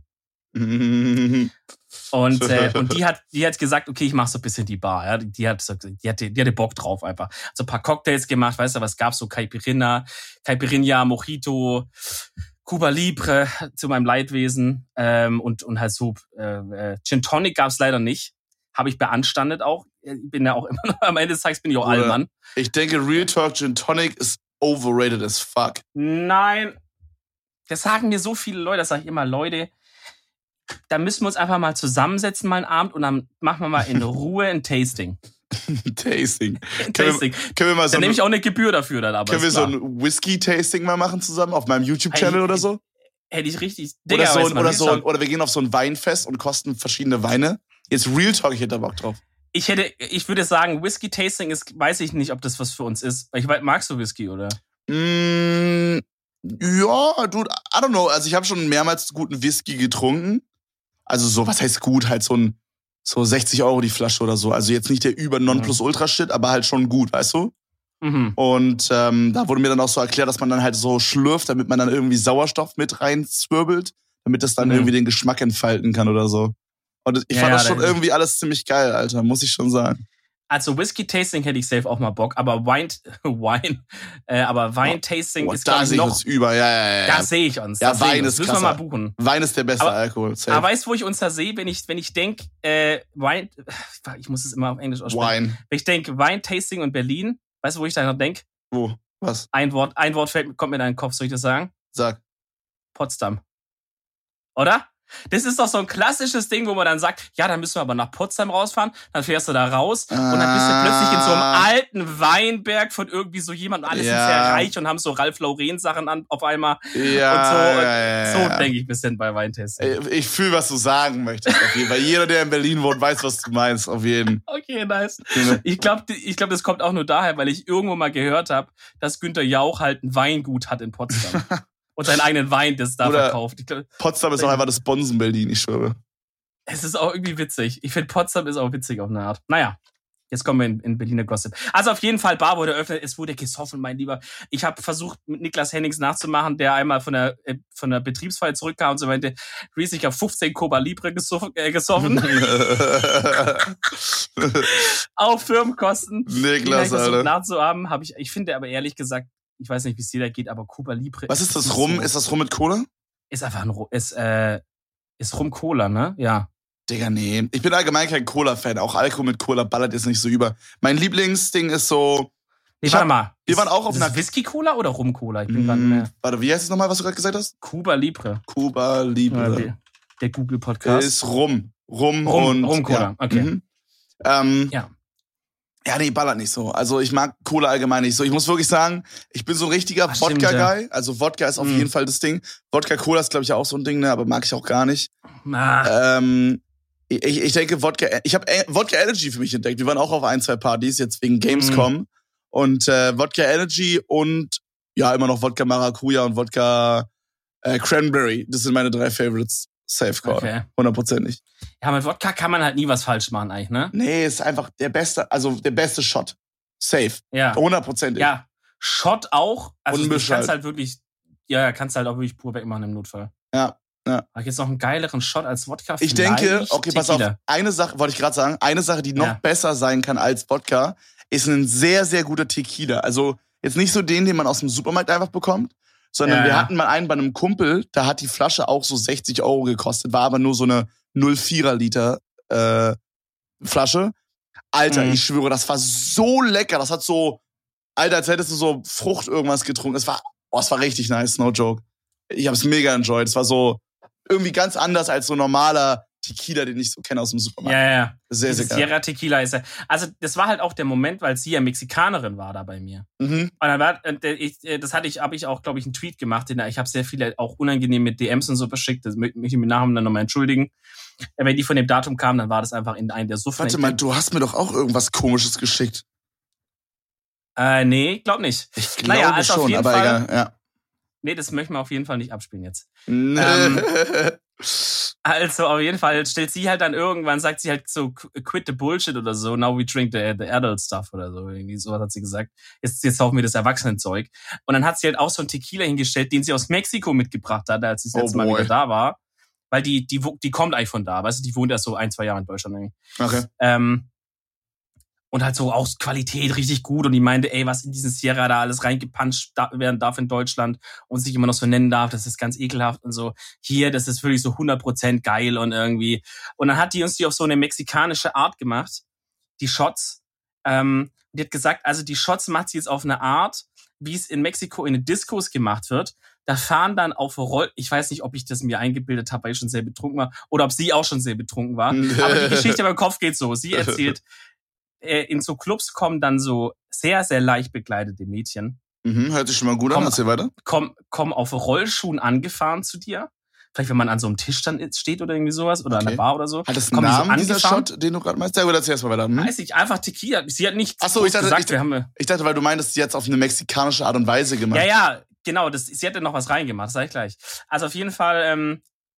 Und die hat gesagt, okay, ich mach so ein bisschen die Bar. Ja? Die hatte Bock drauf einfach. So ein paar Cocktails gemacht, weißt du, was gab's so? Caipirinha, Mojito, Cuba Libre zu meinem Leidwesen und halt so Gin Tonic gab's leider nicht. Habe ich beanstandet auch. Ich bin ja auch immer noch, am Ende des Tages bin ich auch Allmann. Ich denke, Real Talk Gin Tonic ist overrated as fuck. Nein. Das sagen mir so viele Leute, das sage ich immer, Leute, da müssen wir uns einfach mal zusammensetzen, mal einen Abend, und dann machen wir mal in Ruhe ein Tasting. Tasting. Können wir mal so dann nehme ich auch eine Gebühr dafür dann, aber. Können wir so ein Whisky-Tasting mal machen zusammen auf meinem YouTube-Channel oder so? Hätte ich richtig. Digga, oder wir gehen auf so ein Weinfest und kosten verschiedene Weine. Jetzt Real Talk, ich hätte da Bock drauf. Ich würde sagen, Whisky-Tasting weiß ich nicht, ob das was für uns ist. Magst du Whisky, oder? Ja, dude, I don't know. Also ich habe schon mehrmals guten Whisky getrunken. Also so, was heißt gut? Halt so 60 € die Flasche oder so. Also jetzt nicht der Nonplusultra-Shit, aber halt schon gut, weißt du? Mhm. Und da wurde mir dann auch so erklärt, dass man dann halt so schlürft, damit man dann irgendwie Sauerstoff mit reinzwirbelt, damit das dann irgendwie den Geschmack entfalten kann oder so. Und ich fand das schon irgendwie alles ziemlich geil, Alter, muss ich schon sagen. Also Whisky-Tasting hätte ich safe auch mal Bock, aber Wein-Tasting ist da sehe ich uns über, ja. Da sehe ich uns. Ja, Wein ist krasser. Müssen wir mal buchen. Wein ist der beste Alkohol. Safe. Aber weißt du, wo ich uns da sehe, wenn ich denke, Wein, ich muss es immer auf Englisch aussprechen. Wein. Wenn ich denke, Wein-Tasting in Berlin, weißt du, wo ich da noch denke? Wo? Was? Ein Wort kommt mir in den Kopf, soll ich das sagen? Sag. Potsdam. Oder? Das ist doch so ein klassisches Ding, wo man dann sagt, ja, dann müssen wir aber nach Potsdam rausfahren, dann fährst du da raus und dann bist du plötzlich in so einem alten Weinberg von irgendwie so jemandem, alle sind sehr reich und haben so Ralph Lauren Sachen an auf einmal und so denke ich ein bisschen bei Weintesting. Ich fühle, was du sagen möchtest, auf jeden Fall. Jeder, der in Berlin wohnt, weiß, was du meinst, auf jeden. Okay, nice. Ich glaube, das kommt auch nur daher, weil ich irgendwo mal gehört habe, dass Günther Jauch halt ein Weingut hat in Potsdam. Und seinen eigenen Wein, das da verkauft. Potsdam ist auch einfach das Bonsen-Berlin, ich schwöre. Es ist auch irgendwie witzig. Ich finde, Potsdam ist auch witzig auf eine Art. Naja, jetzt kommen wir in Berliner Gossip. Also auf jeden Fall, Bar wurde eröffnet, es wurde gesoffen, mein Lieber. Ich habe versucht, mit Niklas Hennings nachzumachen, der einmal von der Betriebsfeier zurückkam und so meinte, Reese, ich habe 15 Cuba Libre gesoffen. Auf Firmenkosten. Niklas, Alter. Nachzuhaben, ich finde aber ehrlich gesagt, ich weiß nicht, wie es dir da geht, aber Cuba Libre. Was ist das Rum? So, ist das Rum mit Cola? Ist einfach ist Rum Cola, ne? Ja. Digga, nee. Ich bin allgemein kein Cola-Fan. Auch Alkohol mit Cola ballert jetzt nicht so über. Mein Lieblingsding ist so... Nee, warte mal. Wir waren auch auf einer... Whisky-Cola oder Rum-Cola? Ich bin gerade mehr... Warte, wie heißt es nochmal, was du gerade gesagt hast? Cuba Libre. Cuba Libre. Ja, der Google-Podcast. Ist Rum. Rum Cola, ja. Okay. Ja. Ja, nee, ballert nicht so. Also ich mag Cola allgemein nicht so. Ich muss wirklich sagen, ich bin so ein richtiger Wodka-Guy. Ja. Also Wodka ist auf jeden Fall das Ding. Wodka-Cola ist, glaube ich, auch so ein Ding, ne? Aber mag ich auch gar nicht. Ich denke, ich habe Wodka Energy für mich entdeckt. Wir waren auch auf 1, 2 Partys, jetzt wegen Gamescom. Und Wodka Energy und ja, immer noch Wodka Maracuja und Wodka Cranberry. Das sind meine 3 Favorites. Safe Call. Okay. 100%. Ja, mit Wodka kann man halt nie was falsch machen eigentlich, ne? Nee, ist einfach der beste Shot. Safe. Ja. 100%. Ja, Shot auch. Also du kannst halt wirklich, kannst halt auch wirklich pur wegmachen im Notfall. Ja. Habe ich jetzt noch einen geileren Shot als Wodka? Ich denke, okay, pass auf, eine Sache, wollte ich gerade sagen, eine Sache, die noch besser sein kann als Wodka, ist ein sehr, sehr guter Tequila. Also jetzt nicht so den man aus dem Supermarkt einfach bekommt, sondern wir hatten mal einen bei einem Kumpel, da hat die Flasche auch so 60 € gekostet, war aber nur so eine 0,4er Liter Flasche. Alter, ich schwöre, das war so lecker. Das hat so, Alter, als hättest du so Frucht irgendwas getrunken. Es war richtig nice, no joke. Ich habe es mega enjoyed. Es war so irgendwie ganz anders als so normaler Tequila, den ich so kenne aus dem Supermarkt. Ja. Sehr, sehr geil. Sierra Tequila ist ja. Also, das war halt auch der Moment, weil sie ja Mexikanerin war da bei mir. Und dann habe ich auch, glaube ich, einen Tweet gemacht. Ich habe sehr viele auch unangenehm mit DMs und so verschickt. Das möchte ich mir nachher dann nochmal entschuldigen. Wenn die von dem Datum kamen, dann war das einfach in einen der Suffen. Warte mal, du hast mir doch auch irgendwas Komisches geschickt. Nee, glaub nicht. Ich glaube schon, auf jeden Fall, egal, ja. Nee, das möchten wir auf jeden Fall nicht abspielen jetzt. Also auf jeden Fall stellt sie halt dann irgendwann, sagt sie halt so, quit the bullshit oder so, now we drink the adult stuff oder so, irgendwie sowas hat sie gesagt. Jetzt tauchen wir das Erwachsenenzeug. Und dann hat sie halt auch so einen Tequila hingestellt, den sie aus Mexiko mitgebracht hatte, als sie das letzte Mal wieder da war. Weil die kommt eigentlich von da, weißt du, die wohnt erst so 1, 2 Jahre in Deutschland irgendwie. Okay. Und halt so auch Qualität richtig gut. Und die meinte, ey, was in diesen Sierra da alles reingepanscht werden darf in Deutschland und sich immer noch so nennen darf, das ist ganz ekelhaft und so. Hier, das ist wirklich so 100% geil und irgendwie. Und dann hat die uns die auf so eine mexikanische Art gemacht, die Shots. Und die hat gesagt, also die Shots macht sie jetzt auf eine Art, wie es in Mexiko in den Diskos gemacht wird. Da fahren dann auf ich weiß nicht, ob ich das mir eingebildet habe, weil ich schon sehr betrunken war, oder ob sie auch schon sehr betrunken war. Aber die Geschichte in meinem Kopf geht so. Sie erzählt, in so Clubs kommen dann so sehr, sehr leicht bekleidete Mädchen. Hört sich schon mal gut an, erzähl weiter. Kommen auf Rollschuhen angefahren zu dir. Vielleicht, wenn man an so einem Tisch dann steht oder irgendwie sowas, oder an der Bar oder so. Hat das einen Namen, dieser Shot, den du gerade meinst? Ja, oder erzähl erst mal weiter. Weiß ich, einfach Tequila. Sie hat nicht gesagt. Ich dachte, weil du meintest, sie hat es auf eine mexikanische Art und Weise gemacht. Ja, genau. Sie hat ja noch was reingemacht, das sag ich gleich. Also auf jeden Fall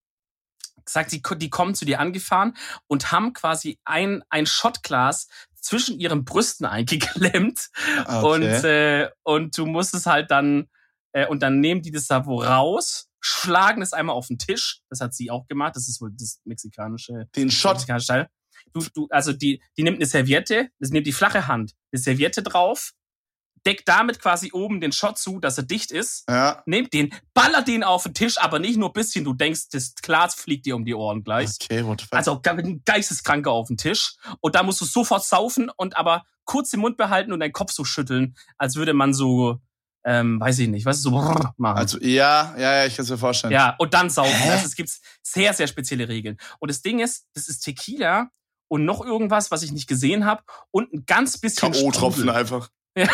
sagt sie, die kommen zu dir angefahren und haben quasi ein Shotglas zwischen ihren Brüsten eingeklemmt. Okay. Und du musst es halt dann, und dann nehmen die das da wo raus, schlagen es einmal auf den Tisch. Das hat sie auch gemacht. Das ist wohl das mexikanische. Den Shot. Teil. Also die nimmt eine Serviette, das nimmt die flache Hand, eine Serviette drauf, deckt damit quasi oben den Shot zu, dass er dicht ist. Ja. Nehmt den, ballert den auf den Tisch, aber nicht nur ein bisschen. Du denkst, das Glas fliegt dir um die Ohren gleich. Okay, what the fuck? Also ein Geisteskranker auf den Tisch. Und da musst du sofort saufen und aber kurz den Mund behalten und deinen Kopf so schütteln, als würde man so, weiß ich nicht, weißt du, so machen. Also ja, ich kann es mir vorstellen. Ja, und dann saufen. Also es gibt sehr, sehr spezielle Regeln. Und das Ding ist, das ist Tequila und noch irgendwas, was ich nicht gesehen habe und ein ganz bisschen K.O.-Tropfen einfach. Ja.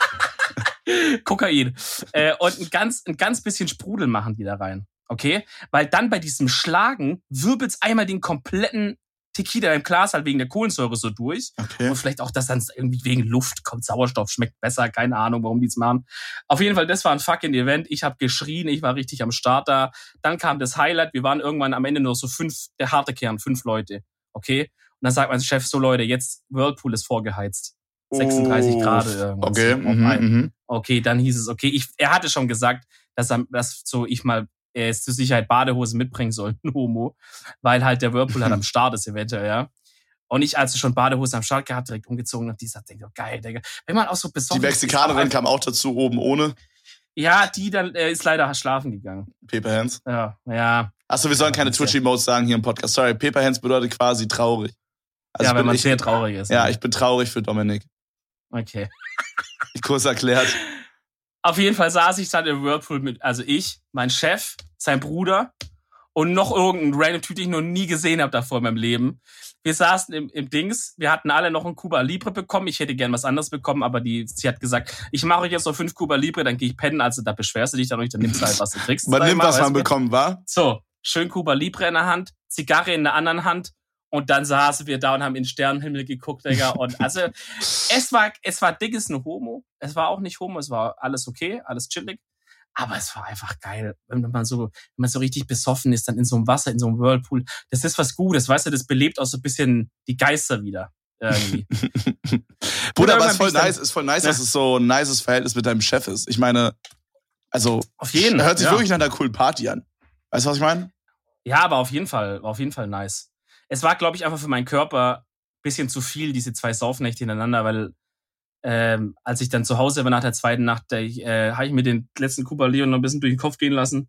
Kokain. Und ein ganz bisschen Sprudel machen die da rein. Okay? Weil dann bei diesem Schlagen wirbelt's einmal den kompletten Tequila im Glas halt wegen der Kohlensäure so durch. Okay. Und vielleicht auch, dass dann irgendwie wegen Luft kommt, Sauerstoff schmeckt besser, keine Ahnung, warum die es machen. Auf jeden Fall, das war ein fucking Event. Ich habe geschrien, ich war richtig am Start da. Dann kam das Highlight, wir waren irgendwann am Ende nur so 5 Leute. Okay? Und dann sagt mein Chef so, Leute, jetzt Whirlpool ist vorgeheizt. 36 Grad irgendwas. Okay. Okay, dann hieß es, okay, er hatte schon gesagt, dass ich mal zur Sicherheit Badehosen mitbringen soll, ein Homo, weil halt der Whirlpool halt am Start ist eventuell, ja. Und ich, als ich schon Badehosen am Start gehabt, direkt umgezogen habe, die sagt, geil, Digga. Wenn man auch so besoffen Die Mexikanerin kam auch dazu, oben ohne. Ja, die dann ist leider schlafen gegangen. Paper Hands? Ja. Achso, wir sollen keine Twitch-Emotes sagen hier im Podcast. Sorry, Paper Hands bedeutet quasi traurig. Also ja, wenn man sehr traurig ist. Ja, ich bin traurig für Dominik. Okay. Kurz erklärt. Auf jeden Fall saß ich dann im Whirlpool mit, also ich, mein Chef, sein Bruder und noch irgendein random Typ, den ich noch nie gesehen habe davor in meinem Leben. Wir saßen im Dings, wir hatten alle noch ein Cuba Libre bekommen. Ich hätte gern was anderes bekommen, aber sie hat gesagt, ich mache euch jetzt noch 5 Cuba Libre, dann gehe ich pennen. Also da beschwerst du dich dann nicht, dann nimmst du halt, was du kriegst. Man nimmt, was man bekommen, wa? So, schön Cuba Libre in der Hand, Zigarre in der anderen Hand. Und dann saßen wir da und haben in den Sternenhimmel geguckt, Digga. Und also, es war dickes ein Homo. Es war auch nicht Homo, es war alles okay, alles chillig. Aber es war einfach geil, wenn man so richtig besoffen ist, dann in so einem Wasser, in so einem Whirlpool. Das ist was Gutes, weißt du, das belebt auch so ein bisschen die Geister wieder. Irgendwie. Bruder, was voll nice ist, dass es so ein nices Verhältnis mit deinem Chef ist. Ich meine, also, auf jeden Fall. Hört sich wirklich nach einer coolen Party an. Weißt du, was ich meine? Ja, aber auf jeden Fall nice. Es war, glaube ich, einfach für meinen Körper ein bisschen zu viel, diese 2 Saufnächte hintereinander, weil als ich dann zu Hause war nach der zweiten Nacht, habe ich mir den letzten Cuba Leon noch ein bisschen durch den Kopf gehen lassen.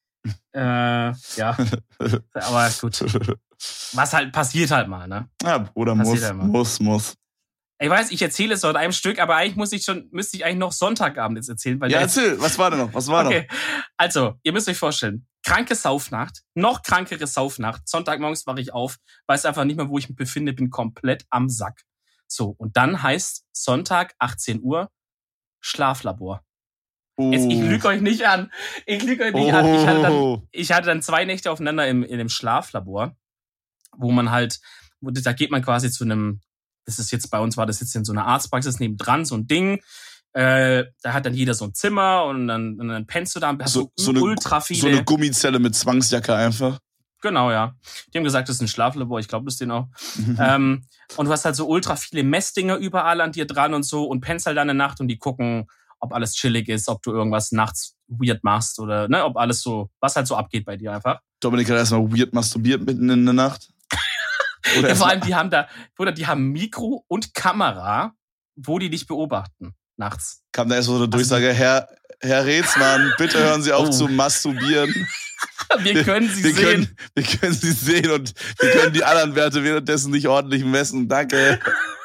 Ja, aber gut. Was halt passiert halt mal, ne? Ja, Bruder, muss. Ich weiß, ich erzähle es so in einem Stück, aber eigentlich müsste ich eigentlich noch Sonntagabend jetzt erzählen. Weil erzähl, was war denn noch? Okay. Also, ihr müsst euch vorstellen, kranke Saufnacht, noch krankere Saufnacht. Sonntagmorgens wache ich auf, weiß einfach nicht mehr, wo ich mich befinde, bin komplett am Sack. So, und dann heißt Sonntag, 18 Uhr, Schlaflabor. Jetzt, ich lüge euch nicht an. Ich hatte dann 2 Nächte aufeinander in dem Schlaflabor, da geht man quasi zu einem, das ist jetzt bei uns, war das jetzt in so einer Arztpraxis nebendran, so ein Ding. Da hat dann jeder so ein Zimmer und dann pennst du da, hast so ultra viele. So eine Gummizelle mit Zwangsjacke einfach. Genau, ja. Die haben gesagt, das ist ein Schlaflabor, ich glaube das denen auch. Und du hast halt so ultra viele Messdinger überall an dir dran und so und pennst halt dann eine Nacht und die gucken, ob alles chillig ist, ob du irgendwas nachts weird machst oder ob alles so, was halt so abgeht bei dir einfach. Dominik hat erstmal weird masturbiert mitten in der Nacht. Ja, vor allem, die haben Mikro und Kamera, wo die dich beobachten nachts. Kam da erst so eine Durchsage, Herr Rätsmann, bitte hören Sie auf zu masturbieren. Wir können Sie sehen. Wir können Sie sehen und wir können die anderen Werte währenddessen nicht ordentlich messen. Danke.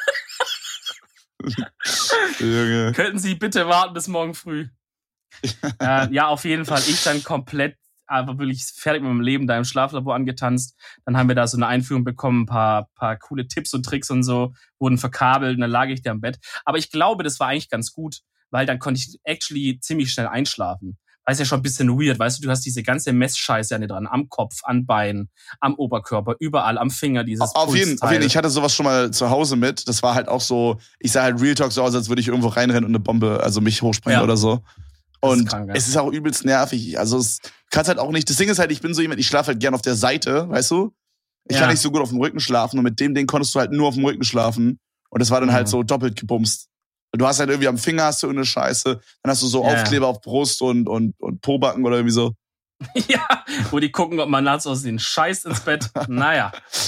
Junge. Könnten Sie bitte warten bis morgen früh? Ja, auf jeden Fall. Ich dann komplett, aber wirklich fertig mit meinem Leben da im Schlaflabor angetanzt. Dann haben wir da so eine Einführung bekommen, ein paar coole Tipps und Tricks und so, wurden verkabelt und dann lag ich da im Bett. Aber ich glaube, das war eigentlich ganz gut, weil dann konnte ich actually ziemlich schnell einschlafen. Weil es ja schon ein bisschen weird, weißt du hast diese ganze Messscheiße an dir dran, am Kopf, an Beinen, am Oberkörper, überall, am Finger, dieses Auf jeden Fall. Ich hatte sowas schon mal zu Hause mit. Das war halt auch so, ich sah halt Real Talk so aus, als würde ich irgendwo reinrennen und eine Bombe, also mich hochspringen oder so. Und krank, ja. Es ist auch übelst nervig. Also es kannst halt auch nicht, das Ding ist halt, ich bin so jemand, ich schlafe halt gern auf der Seite, weißt du? Ich kann nicht so gut auf dem Rücken schlafen und mit dem Ding konntest du halt nur auf dem Rücken schlafen. Und das war dann halt so doppelt gebumst. Du hast halt irgendwie am Finger hast du irgendeine Scheiße, dann hast du so Aufkleber auf Brust und Pobacken oder irgendwie so. Ja, wo die gucken, ob man nachts aus den Scheiß ins Bett. Naja.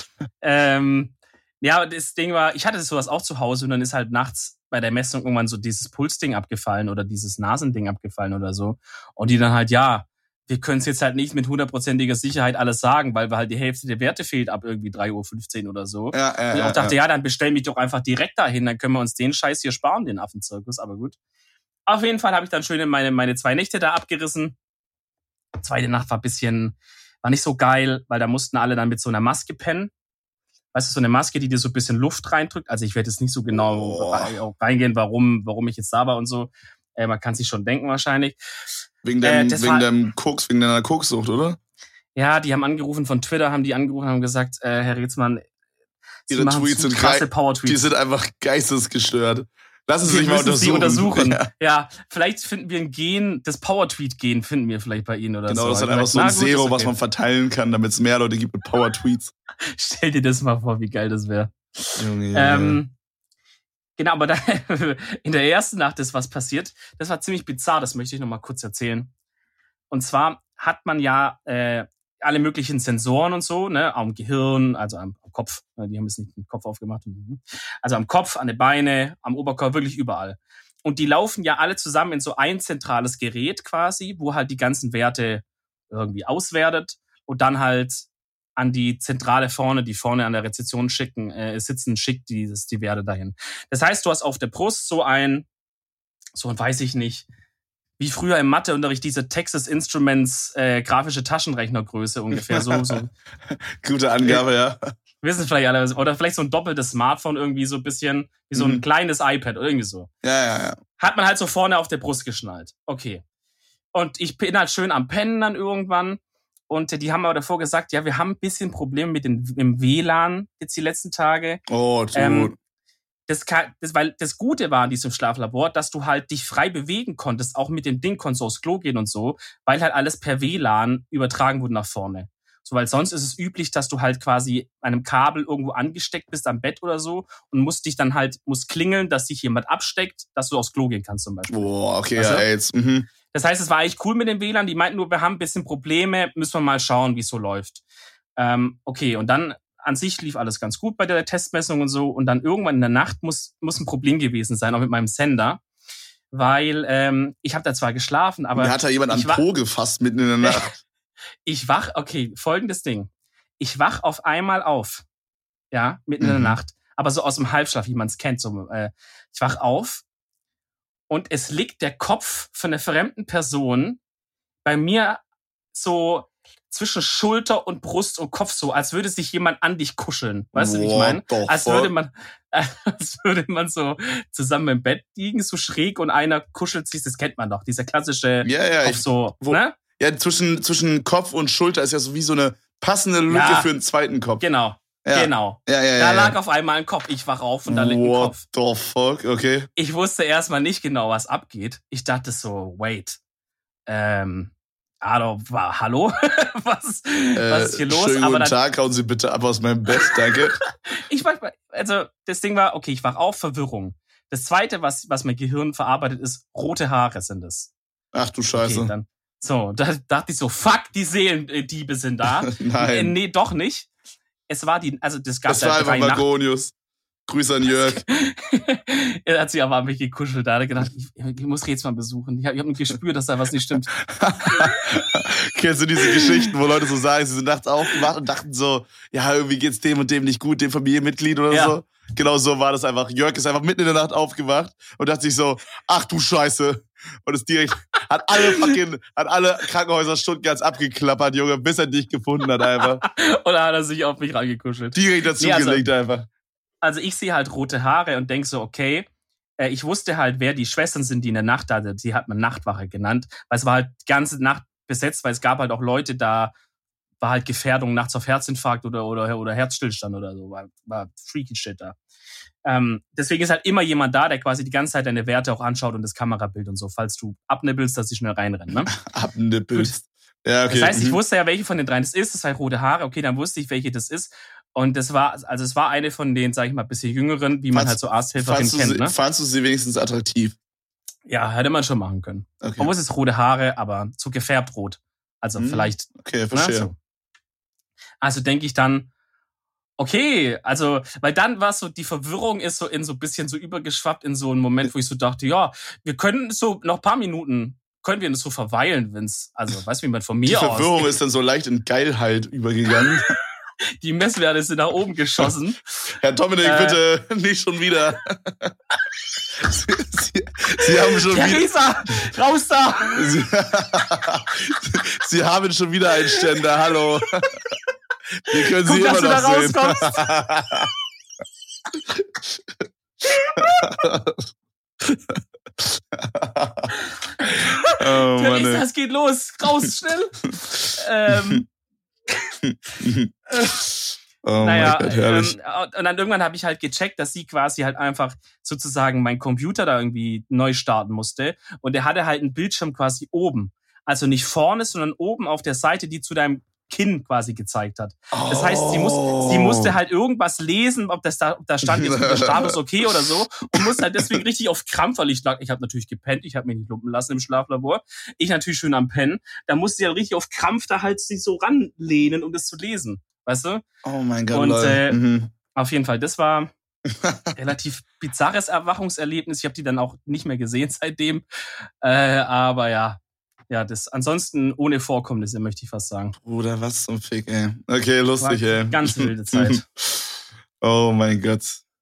Ja, das Ding war, ich hatte sowas auch zu Hause und dann ist halt nachts bei der Messung irgendwann so dieses Pulsding abgefallen oder dieses Nasending abgefallen oder so. Und die dann halt, wir können es jetzt halt nicht mit 100%iger Sicherheit alles sagen, weil wir halt die Hälfte der Werte fehlt ab irgendwie 3:15 Uhr oder so. Und ich auch dachte, dann bestell mich doch einfach direkt dahin, dann können wir uns den Scheiß hier sparen, den Affenzirkus, aber gut. Auf jeden Fall habe ich dann schön meine 2 Nächte da abgerissen. Zweite Nacht war nicht so geil, weil da mussten alle dann mit so einer Maske pennen. Weißt du, so eine Maske, die dir so ein bisschen Luft reindrückt. Also ich werde jetzt nicht so genau reingehen, warum ich jetzt da war und so. Man kann sich schon denken wahrscheinlich. Wegen deiner Kokssucht, oder? Ja, die haben angerufen von Twitter, haben gesagt, Herr Rätsmann, Ihre Tweets sind krasse Power-Tweets. Die sind einfach geistesgestört. Lassen Sie sich mal Sie untersuchen. Ja. Ja, vielleicht finden wir ein Gen, das Power-Tweet-Gen finden wir vielleicht bei Ihnen oder genau, so. das ist einfach so ein Zero, was man verteilen kann, damit es mehr Leute gibt mit Power-Tweets. Stell dir das mal vor, wie geil das wäre. Junge. Genau, aber da, in der ersten Nacht ist was passiert. Das war ziemlich bizarr, das möchte ich noch mal kurz erzählen. Und zwar hat man ja alle möglichen Sensoren und so, ne, am Gehirn, also am Kopf. Die haben jetzt nicht den Kopf aufgemacht. Also am Kopf, an den Beine, am Oberkörper, wirklich überall. Und die laufen ja alle zusammen in so ein zentrales Gerät quasi, wo halt die ganzen Werte irgendwie auswertet und dann halt an die Zentrale vorne, die vorne an der Rezeption sitzen, schickt die Werte dahin. Das heißt, du hast auf der Brust so ein, weiß ich nicht, wie früher im Matheunterricht diese Texas Instruments grafische Taschenrechnergröße ungefähr. So. Gute Angabe, ja. Wissen vielleicht alle. Oder vielleicht so ein doppeltes Smartphone irgendwie so ein bisschen, wie so ein kleines iPad oder irgendwie so. Ja. Hat man halt so vorne auf der Brust geschnallt. Okay. Und ich bin halt schön am Pennen dann irgendwann. Und die haben aber davor gesagt, ja, wir haben ein bisschen Probleme mit dem WLAN jetzt die letzten Tage. Oh, dude. Weil das Gute war an diesem Schlaflabor, dass du halt dich frei bewegen konntest, auch mit dem Ding konntest du aufs Klo gehen und so, weil halt alles per WLAN übertragen wurde nach vorne. So, weil sonst ist es üblich, dass du halt quasi an einem Kabel irgendwo angesteckt bist am Bett oder so und musst klingeln, dass dich jemand absteckt, dass du aufs Klo gehen kannst zum Beispiel. Boah, okay, weißt du? Ja, jetzt. Das heißt, es war eigentlich cool mit dem WLAN. Die meinten nur, wir haben ein bisschen Probleme, müssen wir mal schauen, wie es so läuft. Okay, und dann an sich lief alles ganz gut bei der Testmessung und so. Und dann irgendwann in der Nacht muss ein Problem gewesen sein, auch mit meinem Sender. Weil ich habe da zwar geschlafen, aber... Mir hat da jemand an Po gefasst mitten in der Nacht. Folgendes Ding. Ich wach auf einmal auf. Ja, mitten in der Nacht. Aber so aus dem Halbschlaf, wie man es kennt. So, ich wach auf und es liegt der Kopf von einer fremden Person bei mir so zwischen Schulter und Brust und Kopf, so als würde sich jemand an dich kuscheln. Weißt du, wie ich meine? Als würde man so zusammen im Bett liegen, so schräg und einer kuschelt sich, das kennt man doch, dieser klassische Kopf ne? Ja, zwischen Kopf und Schulter ist ja so wie so eine passende Lücke für einen zweiten Kopf. Genau. Ja. Genau. Ja. Da lag auf einmal ein Kopf. Ich wach auf und da liegt ein Kopf. What the fuck? Okay. Ich wusste erstmal nicht genau, was abgeht. Ich dachte so, wait. Hallo? was ist hier los? Schönen guten Tag, hauen Sie bitte ab aus meinem Bett, danke. Das Ding war, okay, ich wach auf, Verwirrung. Das Zweite, was mein Gehirn verarbeitet, ist, rote Haare sind es. Ach du Scheiße. Okay, da dachte ich so, fuck, die Seelendiebe sind da. Nein. Nee, doch nicht. Es war das gab es war einfach Magonius. Grüße an Jörg. Er hat sich aber an mich gekuschelt. Da hat er gedacht, ich muss jetzt mal besuchen. Ich hab gespürt, dass da was nicht stimmt. Kennst du diese Geschichten, wo Leute so sagen, sie sind nachts aufgewacht und dachten so, ja, irgendwie geht's dem und dem nicht gut, dem Familienmitglied oder so? Genau so war das einfach. Jörg ist einfach mitten in der Nacht aufgewacht und dachte sich so, ach du Scheiße. Und ist direkt, hat alle Krankenhäuser Stuttgarts abgeklappert, Junge, bis er dich gefunden hat einfach. Oder hat er sich auf mich rangekuschelt? Direkt dazu gelegt einfach. Also ich sehe halt rote Haare und denke so, okay, ich wusste halt, wer die Schwestern sind, die in der Nacht da, die hat man Nachtwache genannt, weil es war halt die ganze Nacht besetzt, weil es gab halt auch Leute, da war halt Gefährdung nachts auf Herzinfarkt oder Herzstillstand oder so, war freaky shit da. Deswegen ist halt immer jemand da, der quasi die ganze Zeit deine Werte auch anschaut und das Kamerabild und so, falls du abnippelst, dass sie schnell reinrennen. Ne? Abnippelst. Ja, okay. Das heißt, ich wusste ja, welche von den dreien das ist. Das war rote Haare. Okay, dann wusste ich, welche das ist. Und es war eine von den, sag ich mal, bisschen jüngeren, wie man halt so Arzthelferin kennt. Ne? Fandst du sie wenigstens attraktiv? Ja, hätte man schon machen können. Okay. Man muss jetzt rote Haare, aber zu gefärbt rot. Also vielleicht. Okay, verstehe. So. Also denke ich dann, okay, also, weil dann war so, die Verwirrung ist so in so ein bisschen so übergeschwappt in so einen Moment, wo ich so dachte, ja, wir können so noch ein paar Minuten, können wir das so verweilen, wenn's, also, weißt du, wie man von mir aus. Die Verwirrung ist dann so leicht in Geilheit übergegangen. Die Messwerte sind nach oben geschossen. Herr Dominik, bitte nicht schon wieder. Sie haben schon Theresa, raus da! Sie haben schon wieder einen Ständer, hallo. Wir können Sie immer noch sehen. Oh, Theresa, es geht los. Raus, schnell. Oh mein Gott, herrlich. Und dann irgendwann habe ich halt gecheckt, dass sie quasi halt einfach sozusagen mein Computer da irgendwie neu starten musste. Und der hatte halt einen Bildschirm quasi oben. Also nicht vorne, sondern oben auf der Seite, die zu deinem Kinn quasi gezeigt hat. Das heißt, sie musste halt irgendwas lesen, ob da stand jetzt der Status okay oder so, und musste halt deswegen richtig auf Krampf, weil ich habe natürlich gepennt, ich habe mich nicht lumpen lassen im Schlaflabor, ich natürlich schön am Pennen, da musste sie halt richtig auf Krampf da halt sich so ranlehnen, um das zu lesen, weißt du? Oh mein Gott, und auf jeden Fall, das war relativ bizarres Erwachungserlebnis. Ich habe die dann auch nicht mehr gesehen seitdem, aber ja, das ansonsten ohne Vorkommnisse, möchte ich fast sagen. Bruder, was zum Fick, ey. Okay, lustig, ey. Ganz wilde Zeit. Oh mein Gott.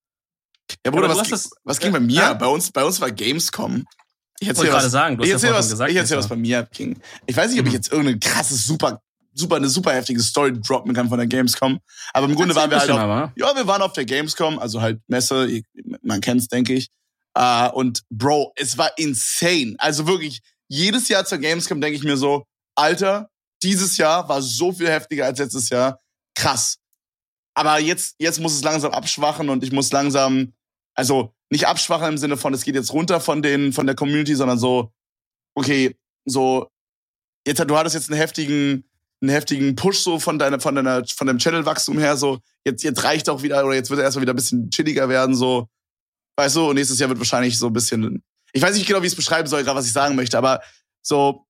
Ja, Bruder, was ging bei mir? Ja? Bei uns war Gamescom. Ich wollte gerade sagen, du hast ja vorhin gesagt. Ich erzähl, was bei mir ging. Ich weiß nicht, ob ich jetzt irgendeine krasse, eine super heftige Story droppen kann von der Gamescom. Aber im Grunde waren wir halt wir waren auf der Gamescom, also halt Messe, man kennt's, denke ich. Und Bro, es war insane. Also wirklich, jedes Jahr zur Gamescom denke ich mir so, Alter, dieses Jahr war so viel heftiger als letztes Jahr. Krass. Aber jetzt muss es langsam abschwachen und ich muss langsam, also nicht abschwachen im Sinne von, es geht jetzt runter von der Community, sondern so, okay, so, du hattest jetzt einen heftigen Push so von deinem Channel-Wachstum her, so, jetzt reicht auch wieder, oder jetzt wird er erstmal wieder ein bisschen chilliger werden, so, weißt du, und nächstes Jahr wird wahrscheinlich so ein bisschen, ich weiß nicht genau, wie ich es beschreiben soll, gerade was ich sagen möchte, aber so,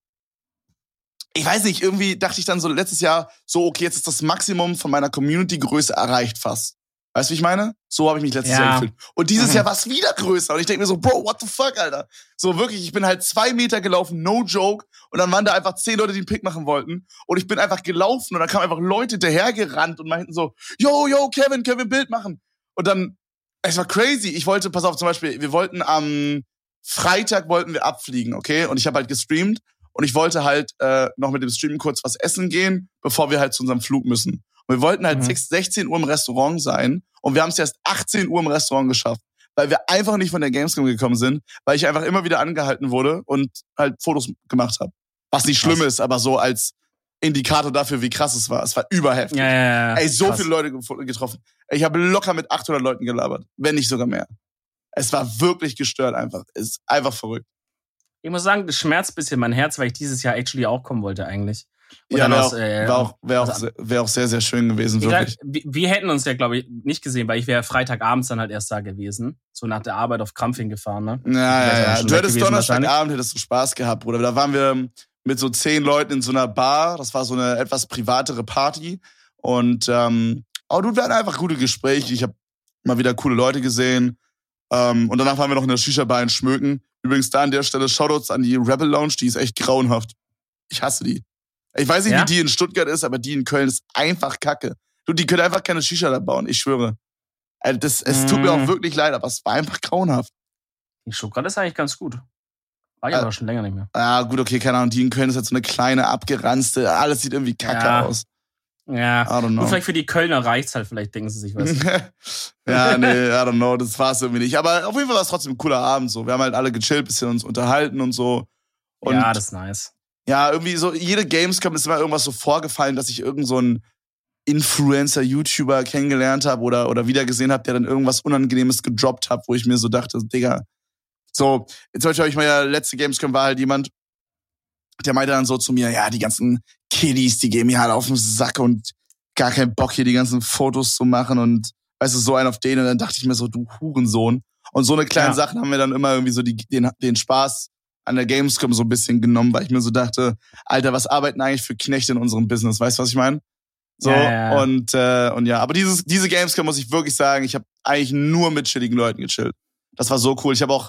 ich weiß nicht, irgendwie dachte ich dann so letztes Jahr, so, okay, jetzt ist das Maximum von meiner Community-Größe erreicht fast. Weißt du, wie ich meine? So habe ich mich letztes Jahr gefühlt. Und dieses Jahr war es wieder größer. Und ich denke mir so, Bro, what the fuck, Alter? So wirklich, ich bin halt 2 Meter gelaufen, no joke. Und dann waren da einfach 10 Leute, die einen Pick machen wollten. Und ich bin einfach gelaufen und dann kamen einfach Leute hinterhergerannt und meinten so, yo, Kevin, können wir ein Bild machen? Und dann, es war crazy. Ich wollte, pass auf, zum Beispiel, wir wollten am Freitag abfliegen, okay? Und ich habe halt gestreamt. Und ich wollte halt noch mit dem Stream kurz was essen gehen, bevor wir halt zu unserem Flug müssen. Und wir wollten halt 16 Uhr im Restaurant sein. Und wir haben es erst 18 Uhr im Restaurant geschafft. Weil wir einfach nicht von der Gamescom gekommen sind. Weil ich einfach immer wieder angehalten wurde und halt Fotos gemacht habe. Was nicht schlimm ist, aber so als Indikator dafür, wie krass es war. Es war überheftig. Ja. Ey, so viele Leute getroffen. Ich habe locker mit 800 Leuten gelabert. Wenn nicht sogar mehr. Es war wirklich gestört einfach. Es ist einfach verrückt. Ich muss sagen, das schmerzt ein bisschen mein Herz, weil ich dieses Jahr actually auch kommen wollte eigentlich. Und ja, wäre auch sehr, sehr schön gewesen, wirklich. Wir hätten uns ja, glaube ich, nicht gesehen, weil ich wäre Freitagabends dann halt erst da gewesen. So nach der Arbeit auf Krampf hingefahren, ne? Ja. Du hättest Donnerstagabend, hättest du Spaß gehabt, Bruder. Da waren wir mit so 10 Leuten in so einer Bar. Das war so eine etwas privatere Party. Und, aber du, wir hatten einfach gute Gespräche. Ich habe mal wieder coole Leute gesehen. Und danach waren wir noch in der Shisha-Bar in Schmöken. Übrigens da an der Stelle Shoutouts an die Rebel Lounge, die ist echt grauenhaft. Ich hasse die. Ich weiß nicht, wie die in Stuttgart ist, aber die in Köln ist einfach kacke. Du, die können einfach keine Shisha da bauen, ich schwöre. Es tut mir auch wirklich leid, aber es war einfach grauenhaft. Die Stuttgart ist eigentlich ganz gut. War ich aber schon länger nicht mehr. Ah, gut, okay, keine Ahnung. Die in Köln ist halt so eine kleine, abgeranzte, alles sieht irgendwie kacke aus. Ja, und vielleicht für die Kölner reicht's halt, vielleicht denken sie sich was. Ja, nee, I don't know, das war's irgendwie nicht. Aber auf jeden Fall war es trotzdem ein cooler Abend so. Wir haben halt alle gechillt, bisschen uns unterhalten und so. Und ja, das ist nice. Ja, irgendwie so, jede Gamescom ist immer irgendwas so vorgefallen, dass ich irgend so einen Influencer, YouTuber kennengelernt habe oder wieder gesehen habe, der dann irgendwas Unangenehmes gedroppt hat, wo ich mir so dachte, Digga, so, zum Beispiel habe ich mal ja, letzte Gamescom war halt jemand, der meinte dann so zu mir, ja, die ganzen Kiddies, die gehen mir halt auf den Sack und gar keinen Bock hier die ganzen Fotos zu machen und weißt du, so einen auf den. Und dann dachte ich mir so, du Hurensohn. Und so eine kleine Sachen haben wir dann immer irgendwie so den Spaß an der Gamescom so ein bisschen genommen, weil ich mir so dachte, Alter, was arbeiten eigentlich für Knechte in unserem Business? Weißt du, was ich meine? So, ja. Und ja, aber diese Gamescom muss ich wirklich sagen, ich habe eigentlich nur mit chilligen Leuten gechillt. Das war so cool.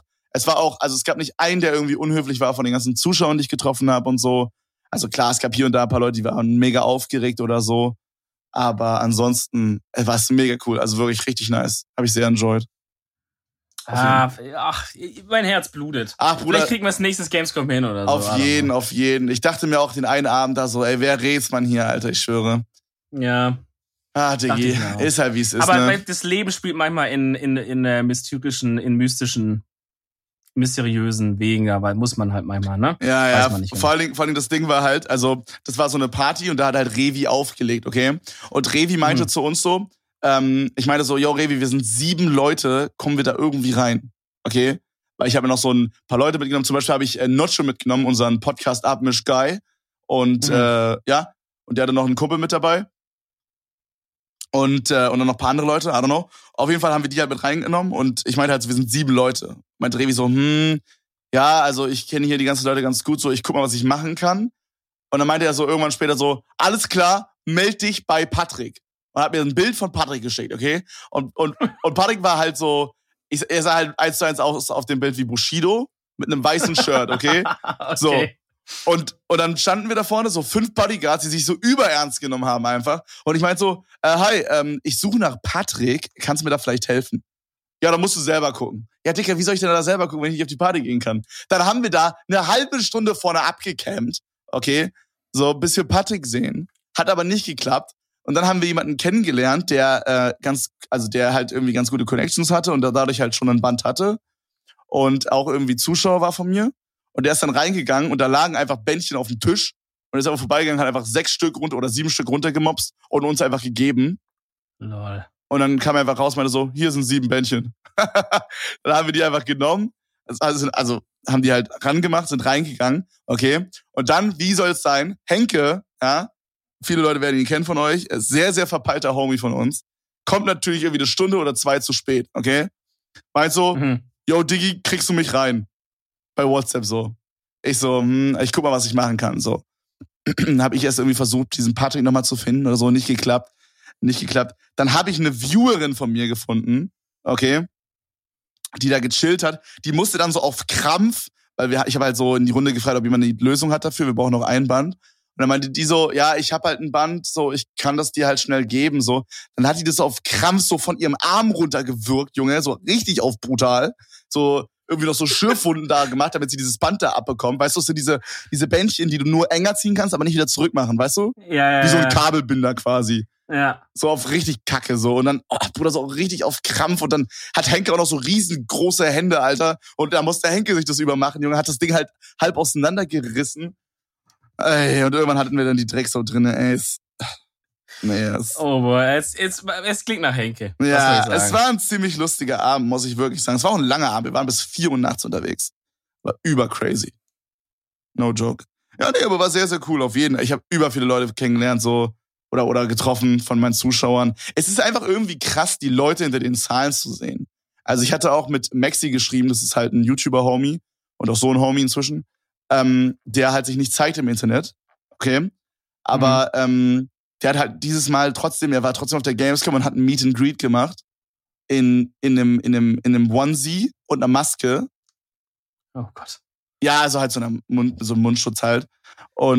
Es gab nicht einen, der irgendwie unhöflich war von den ganzen Zuschauern, die ich getroffen habe und so. Also klar, es gab hier und da ein paar Leute, die waren mega aufgeregt oder so. Aber ansonsten war es mega cool. Also wirklich richtig nice. Habe ich sehr enjoyed. Ach, mein Herz blutet. Ach, Bruder. Vielleicht kriegen wir das nächstes Gamescom hin oder so. Auf jeden. Ich dachte mir auch den einen Abend da so, ey, wer red's man hier, Alter, ich schwöre. Ja. Ah, Diggi, ist halt wie es ist. Aber ne? Das Leben spielt manchmal in mystischen, mysteriösen Wegen, aber muss man halt manchmal, ne? Ja. Weiß man nicht vor allen Dingen das Ding war halt, also das war so eine Party und da hat halt Revi aufgelegt, okay? Und Revi meinte zu uns so, ich meinte so, yo, Revi, wir sind 7 Leute, kommen wir da irgendwie rein? Okay? Weil ich habe noch so ein paar Leute mitgenommen. Zum Beispiel habe ich Notcho mitgenommen, unseren Podcast-Abmisch-Guy. Und ja, und der hatte noch einen Kumpel mit dabei. Und dann noch ein paar andere Leute, I don't know. Auf jeden Fall haben wir die halt mit reingenommen. Und ich meinte halt, wir sind 7 Leute. Meinte Revi so, ja, also ich kenne hier die ganzen Leute ganz gut, so ich guck mal, was ich machen kann. Und dann meinte er so irgendwann später so, alles klar, meld dich bei Patrick. Und hat mir ein Bild von Patrick geschickt, okay? Und Patrick war halt so, er sah halt 1:1 aus auf dem Bild wie Bushido mit einem weißen Shirt, okay? Okay. So. Und dann standen wir da vorne, so 5 Bodyguards, die sich so überernst genommen haben einfach. Und ich meinte so, hi, ich suche nach Patrick, kannst du mir da vielleicht helfen? Ja, dann musst du selber gucken. Ja, Dicker, wie soll ich denn da selber gucken, wenn ich nicht auf die Party gehen kann? Dann haben wir da eine halbe Stunde vorne abgecampt, okay? So, bis wir Patrick sehen. Hat aber nicht geklappt. Und dann haben wir jemanden kennengelernt, der der halt irgendwie ganz gute Connections hatte und dadurch halt schon ein Band hatte. Und auch irgendwie Zuschauer war von mir. Und der ist dann reingegangen und da lagen einfach Bändchen auf dem Tisch. Und ist einfach vorbeigegangen, hat einfach 6 Stück runter oder 7 Stück runtergemopst und uns einfach gegeben. Lol. Und dann kam er einfach raus und meinte so, hier sind 7 Bändchen. Dann haben wir die einfach genommen. Also haben die halt rangemacht, sind reingegangen. Okay. Und dann, wie soll es sein? Henke, ja, viele Leute werden ihn kennen von euch, ist sehr, sehr verpeilter Homie von uns. Kommt natürlich irgendwie 1 Stunde oder 2 zu spät, okay? Meint so, yo, Diggi, kriegst du mich rein? Bei WhatsApp so. Ich so, ich guck mal, was ich machen kann, so. Dann habe ich erst irgendwie versucht, diesen Patrick nochmal zu finden oder so, nicht geklappt. Dann habe ich eine Viewerin von mir gefunden, okay, die da gechillt hat. Die musste dann so auf Krampf, weil ich habe halt so in die Runde gefragt, ob jemand eine Lösung hat dafür, wir brauchen noch ein Band. Und dann meinte die so, ja, ich habe halt ein Band, so, ich kann das dir halt schnell geben, so. Dann hat die das so auf Krampf so von ihrem Arm runtergewürgt, Junge, so richtig auf brutal. So irgendwie noch so Schürfwunden da gemacht, damit sie dieses Band da abbekommt. Weißt du, so diese Bändchen, die du nur enger ziehen kannst, aber nicht wieder zurückmachen, weißt du? Ja. Wie so ein Kabelbinder quasi. Ja. So auf richtig Kacke so. Und dann, Bruder, so richtig auf Krampf. Und dann hat Henke auch noch so riesengroße Hände, Alter. Und da musste Henke sich das übermachen, Junge. Hat das Ding halt halb auseinandergerissen. Ey, und irgendwann hatten wir dann die Drecksau drin, ey. Oh boy, es klingt nach Henke. Ja, es war ein ziemlich lustiger Abend, muss ich wirklich sagen. Es war auch ein langer Abend. Wir waren bis 4 Uhr nachts unterwegs. War übercrazy. No joke. Ja, nee, aber war sehr, sehr cool auf jeden Fall. Ich habe über viele Leute kennengelernt, so, oder getroffen von meinen Zuschauern. Es ist einfach irgendwie krass, die Leute hinter den Zahlen zu sehen. Also ich hatte auch mit Maxi geschrieben, das ist halt ein YouTuber-Homie und auch so ein Homie inzwischen, der halt sich nicht zeigt im Internet. Okay. Aber der hat halt dieses Mal trotzdem, er war trotzdem auf der Gamescom und hat ein Meet and Greet gemacht. In einem Onesie und einer Maske. Oh Gott. Ja, also halt so ein Mundschutz halt. Und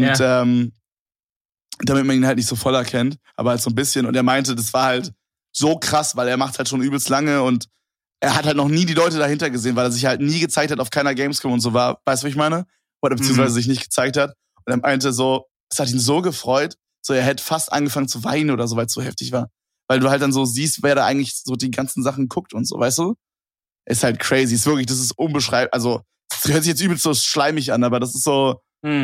damit man ihn halt nicht so voll erkennt, aber halt so ein bisschen. Und er meinte, das war halt so krass, weil er macht halt schon übelst lange und er hat halt noch nie die Leute dahinter gesehen, weil er sich halt nie gezeigt hat auf keiner Gamescom und so war. Weißt du, was ich meine? Oder beziehungsweise sich nicht gezeigt hat. Und er meinte so, es hat ihn so gefreut, so er hätte fast angefangen zu weinen oder so, weil es so heftig war. Weil du halt dann so siehst, wer da eigentlich so die ganzen Sachen guckt und so, weißt du? Ist halt crazy. Ist wirklich, das ist unbeschreiblich. Also, das hört sich jetzt übelst so schleimig an, aber das ist so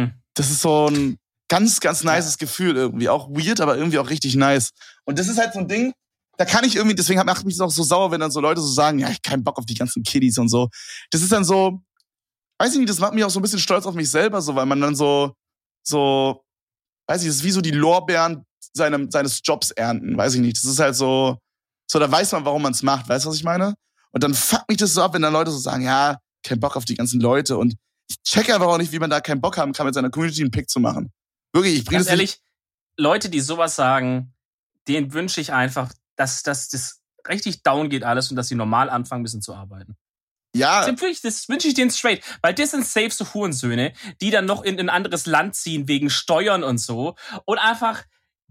ein ganz, ganz nices Gefühl irgendwie. Auch weird, aber irgendwie auch richtig nice. Und das ist halt so ein Ding, da kann ich irgendwie, deswegen macht mich das auch so sauer, wenn dann so Leute so sagen, ja, ich hab keinen Bock auf die ganzen Kiddies und so. Das ist dann so, weiß ich nicht, das macht mich auch so ein bisschen stolz auf mich selber, so, weil man dann so, weiß ich, das ist wie so die Lorbeeren seines Jobs ernten, weiß ich nicht. Das ist halt so, da weiß man, warum man es macht, weißt du, was ich meine? Und dann fuckt mich das so ab, wenn dann Leute so sagen, ja, kein Bock auf die ganzen Leute. Und ich check einfach auch nicht, wie man da keinen Bock haben kann, mit seiner Community einen Pick zu machen. Wirklich, ich bringe das ehrlich, Leute, die sowas sagen, denen wünsche ich einfach, dass das richtig down geht alles und dass sie normal anfangen, ein bisschen zu arbeiten. Ja. Das wünsche ich denen straight. Weil das sind safe so Hurensöhne, die dann noch in ein anderes Land ziehen wegen Steuern und so. Und einfach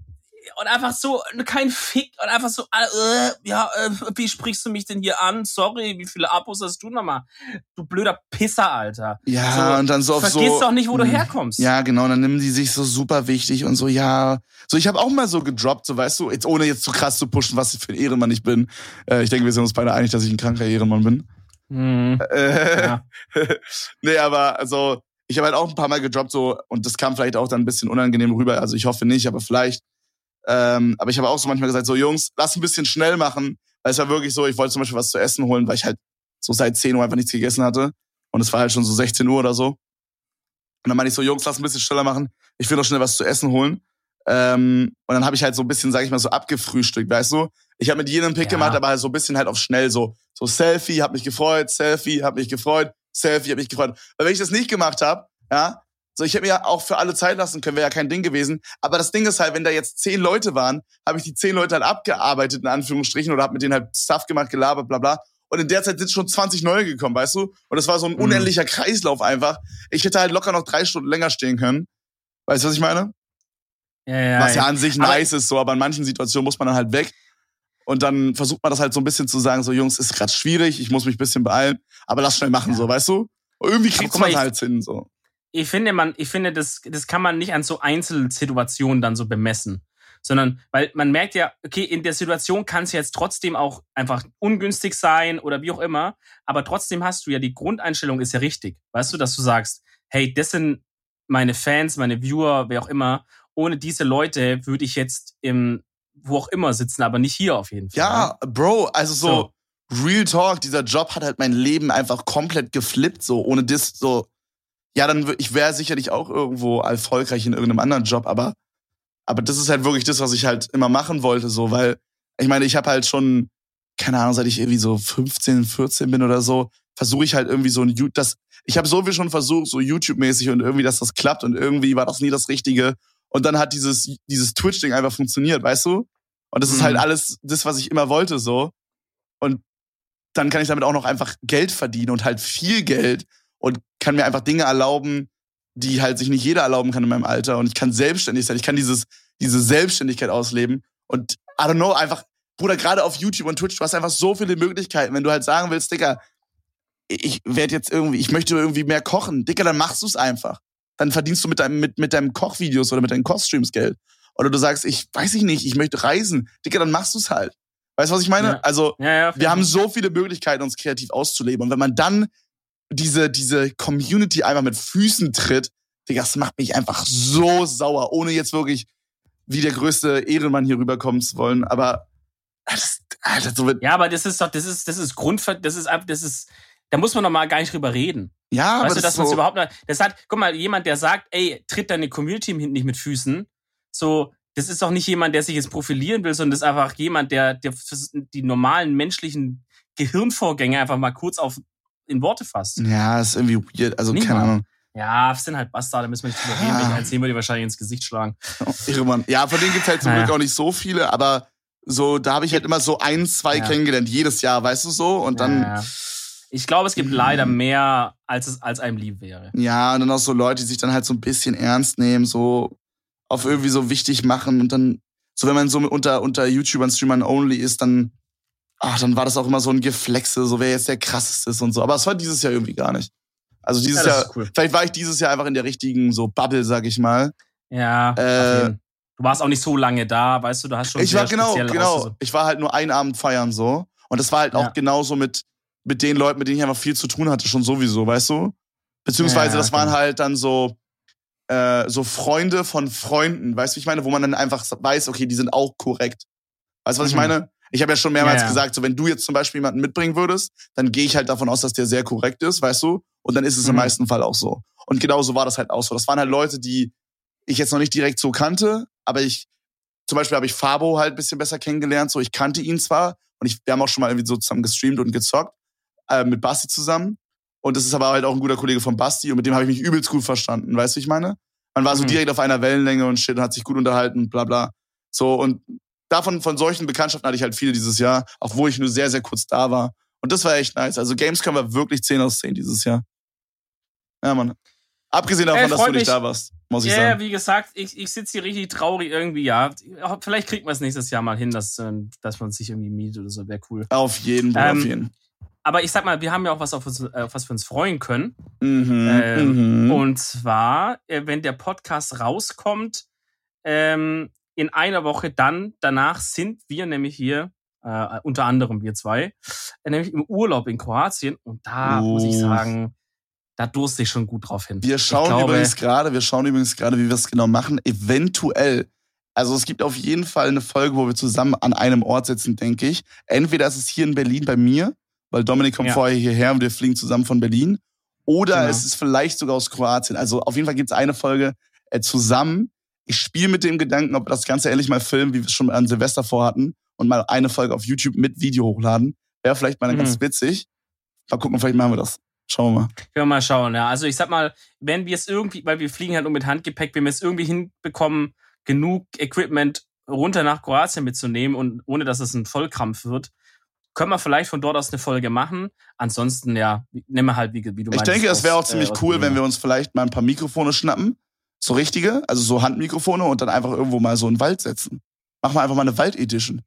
so kein Fick und einfach so, wie sprichst du mich denn hier an? Sorry, wie viele Abos hast du nochmal? Du blöder Pisser, Alter. Ja, so, und dann so auf so... Vergiss doch nicht, wo du herkommst. Ja, genau, dann nehmen die sich so super wichtig und so, ja... So, ich habe auch mal so gedroppt, so, weißt du, jetzt, ohne jetzt zu krass zu pushen, was für ein Ehrenmann ich bin. Ich denke, wir sind uns beide einig, dass ich ein kranker Ehrenmann bin. Ja. Nee, aber also, ich habe halt auch ein paar Mal gedroppt, so, und das kam vielleicht auch dann ein bisschen unangenehm rüber, also ich hoffe nicht, aber vielleicht... Aber ich habe auch so manchmal gesagt, so Jungs, lass ein bisschen schnell machen. Weil es war wirklich so, ich wollte zum Beispiel was zu essen holen, weil ich halt so seit 10 Uhr einfach nichts gegessen hatte. Und es war halt schon so 16 Uhr oder so. Und dann meinte ich so, Jungs, lass ein bisschen schneller machen. Ich will noch schnell was zu essen holen. Und dann habe ich halt so ein bisschen, sag ich mal, so abgefrühstückt, weißt du? Ich habe mit jedem Pick gemacht, aber halt so ein bisschen halt auf schnell so Selfie, hab mich gefreut, Selfie, hab mich gefreut, Selfie, hab mich gefreut. Weil wenn ich das nicht gemacht habe, ja, so ich hätte mir ja auch für alle Zeit lassen können, wäre ja kein Ding gewesen. Aber das Ding ist halt, wenn da jetzt 10 Leute waren, habe ich die 10 Leute halt abgearbeitet, in Anführungsstrichen, oder habe mit denen halt Stuff gemacht, gelabert, bla bla. Und in der Zeit sind schon 20 neue gekommen, weißt du? Und das war so ein unendlicher Kreislauf einfach. Ich hätte halt locker noch 3 Stunden länger stehen können. Weißt du, was ich meine? Was ja an sich nice ist, so, aber in manchen Situationen muss man dann halt weg. Und dann versucht man das halt so ein bisschen zu sagen, so Jungs, ist gerade schwierig, ich muss mich ein bisschen beeilen, aber lass schnell machen, so, weißt du? Und irgendwie kriegt man halt hin, so. Ich finde, das kann man nicht an so Einzelsituationen dann so bemessen. Sondern, weil man merkt ja, okay, in der Situation kann es jetzt trotzdem auch einfach ungünstig sein oder wie auch immer, aber trotzdem hast du ja, die Grundeinstellung ist ja richtig. Weißt du, dass du sagst, hey, das sind meine Fans, meine Viewer, wer auch immer, ohne diese Leute würde ich jetzt wo auch immer sitzen, aber nicht hier auf jeden Fall. Ja, Bro, also so Real Talk, dieser Job hat halt mein Leben einfach komplett geflippt, so ohne das, so, ja, dann ich wäre sicherlich auch irgendwo erfolgreich in irgendeinem anderen Job, aber das ist halt wirklich das, was ich halt immer machen wollte, so, weil ich meine, ich habe halt schon, keine Ahnung, seit ich irgendwie so 15, 14 bin oder so, versuche ich halt irgendwie so ich habe so viel schon versucht, so YouTube-mäßig und irgendwie, dass das klappt und irgendwie war das nie das Richtige. Und dann hat dieses Twitch-Ding einfach funktioniert, weißt du? Und das ist halt alles das, was ich immer wollte, so. Und dann kann ich damit auch noch einfach Geld verdienen und halt viel Geld und kann mir einfach Dinge erlauben, die halt sich nicht jeder erlauben kann in meinem Alter. Und ich kann selbstständig sein. Ich kann diese Selbstständigkeit ausleben. Und I don't know, einfach, Bruder, gerade auf YouTube und Twitch, du hast einfach so viele Möglichkeiten. Wenn du halt sagen willst, Digga, ich möchte irgendwie mehr kochen. Digga, dann machst du es einfach. Dann verdienst du mit deinem Kochvideos oder mit deinen Kochstreams Geld. Oder du sagst, ich möchte reisen. Digga, dann machst du es halt. Weißt du, was ich meine? Ja. Also, wir haben so viele Möglichkeiten, uns kreativ auszuleben. Und wenn man dann diese Community einmal mit Füßen tritt, Digga, das macht mich einfach so sauer, ohne jetzt wirklich wie der größte Ehrenmann hier rüberkommen zu wollen. Aber, Alter, so wird. Ja, aber das ist da muss man doch mal gar nicht drüber reden. Ja, weißt aber du, dass man es überhaupt guck mal, jemand, der sagt, ey, tritt deine Community nicht mit Füßen, so, das ist doch nicht jemand, der sich jetzt profilieren will, sondern das ist einfach jemand, der die normalen menschlichen Gehirnvorgänge einfach mal kurz in Worte fasst. Ja, ist irgendwie weird, also keine Ahnung. Ja, es sind halt Bastarde, müssen wir nicht drüber reden, welche erzählen wir dir wahrscheinlich ins Gesicht schlagen. Oh, irre Mann. Ja, von denen gibt's halt zum Glück auch nicht so viele, aber so, da habe ich halt immer so 1, 2 kennengelernt, jedes Jahr, weißt du so, und dann. Ja. Ich glaube, es gibt leider mehr, als einem lieb wäre. Ja, und dann auch so Leute, die sich dann halt so ein bisschen ernst nehmen, so auf irgendwie so wichtig machen und dann, so wenn man so unter YouTubern, Streamern only ist, dann war das auch immer so ein Geflexe, so wer jetzt der krasseste ist und so. Aber es war dieses Jahr irgendwie gar nicht. Also dieses Jahr, cool. Vielleicht war ich dieses Jahr einfach in der richtigen so Bubble, sag ich mal. Ja, du warst auch nicht so lange da, weißt du, du hast schon ich war genau. Ich war halt nur einen Abend feiern so. Und das war halt auch genauso mit den Leuten, mit denen ich einfach viel zu tun hatte, schon sowieso, weißt du? Beziehungsweise das waren halt dann so Freunde von Freunden, weißt du, wie ich meine? Wo man dann einfach weiß, okay, die sind auch korrekt. Weißt du, was ich meine? Ich habe ja schon mehrmals gesagt, so wenn du jetzt zum Beispiel jemanden mitbringen würdest, dann gehe ich halt davon aus, dass der sehr korrekt ist, weißt du? Und dann ist es im meisten Fall auch so. Und genau so war das halt auch so. Das waren halt Leute, die ich jetzt noch nicht direkt so kannte, aber zum Beispiel habe ich Fabo halt ein bisschen besser kennengelernt, so ich kannte ihn zwar und wir haben auch schon mal irgendwie so zusammen gestreamt und gezockt, mit Basti zusammen. Und das ist aber halt auch ein guter Kollege von Basti und mit dem habe ich mich übelst gut verstanden, weißt du, wie ich meine? Man war so direkt auf einer Wellenlänge und shit und hat sich gut unterhalten und bla bla. So, und von solchen Bekanntschaften hatte ich halt viele dieses Jahr, auch wo ich nur sehr, sehr kurz da war. Und das war echt nice. Also Gamescom war wirklich 10 aus 10 dieses Jahr. Ja, Mann. Abgesehen davon, dass du nicht da warst, muss ich sagen. Ja, wie gesagt, ich sitze hier richtig traurig irgendwie, ja. Vielleicht kriegt man es nächstes Jahr mal hin, dass man sich irgendwie mietet oder so, wäre cool. Auf jeden Fall, auf jeden. Aber ich sag mal, wir haben ja auch was, auf was wir uns freuen können. Und zwar, wenn der Podcast rauskommt, in einer Woche danach sind wir nämlich hier, unter anderem wir zwei, nämlich im Urlaub in Kroatien. Und da muss ich sagen, da durste ich schon gut drauf hin. Wir schauen übrigens gerade, wie wir es genau machen. Eventuell Also es gibt auf jeden Fall eine Folge, wo wir zusammen an einem Ort sitzen, denke ich. Entweder ist es hier in Berlin bei mir, weil Dominik kommt vorher hierher und wir fliegen zusammen von Berlin. Oder es ist vielleicht sogar aus Kroatien. Also auf jeden Fall gibt es eine Folge zusammen. Ich spiele mit dem Gedanken, ob wir das Ganze endlich mal filmen, wie wir es schon an Silvester vorhatten. Und mal eine Folge auf YouTube mit Video hochladen. Wäre vielleicht mal ganz witzig. Mal gucken, vielleicht machen wir das. Schauen wir mal. Können wir mal schauen, ja. Also ich sag mal, wenn wir es irgendwie, weil wir fliegen halt nur mit Handgepäck, wenn wir es irgendwie hinbekommen, genug Equipment runter nach Kroatien mitzunehmen und ohne, dass es ein Vollkrampf wird, können wir vielleicht von dort aus eine Folge machen. Ansonsten, ja, nehmen wir halt, wie du meinst. Ich denke, es wäre auch ziemlich cool, wenn wir uns vielleicht mal ein paar Mikrofone schnappen. So richtige, also so Handmikrofone und dann einfach irgendwo mal so in den Wald setzen. Machen wir einfach mal eine Wald-Edition.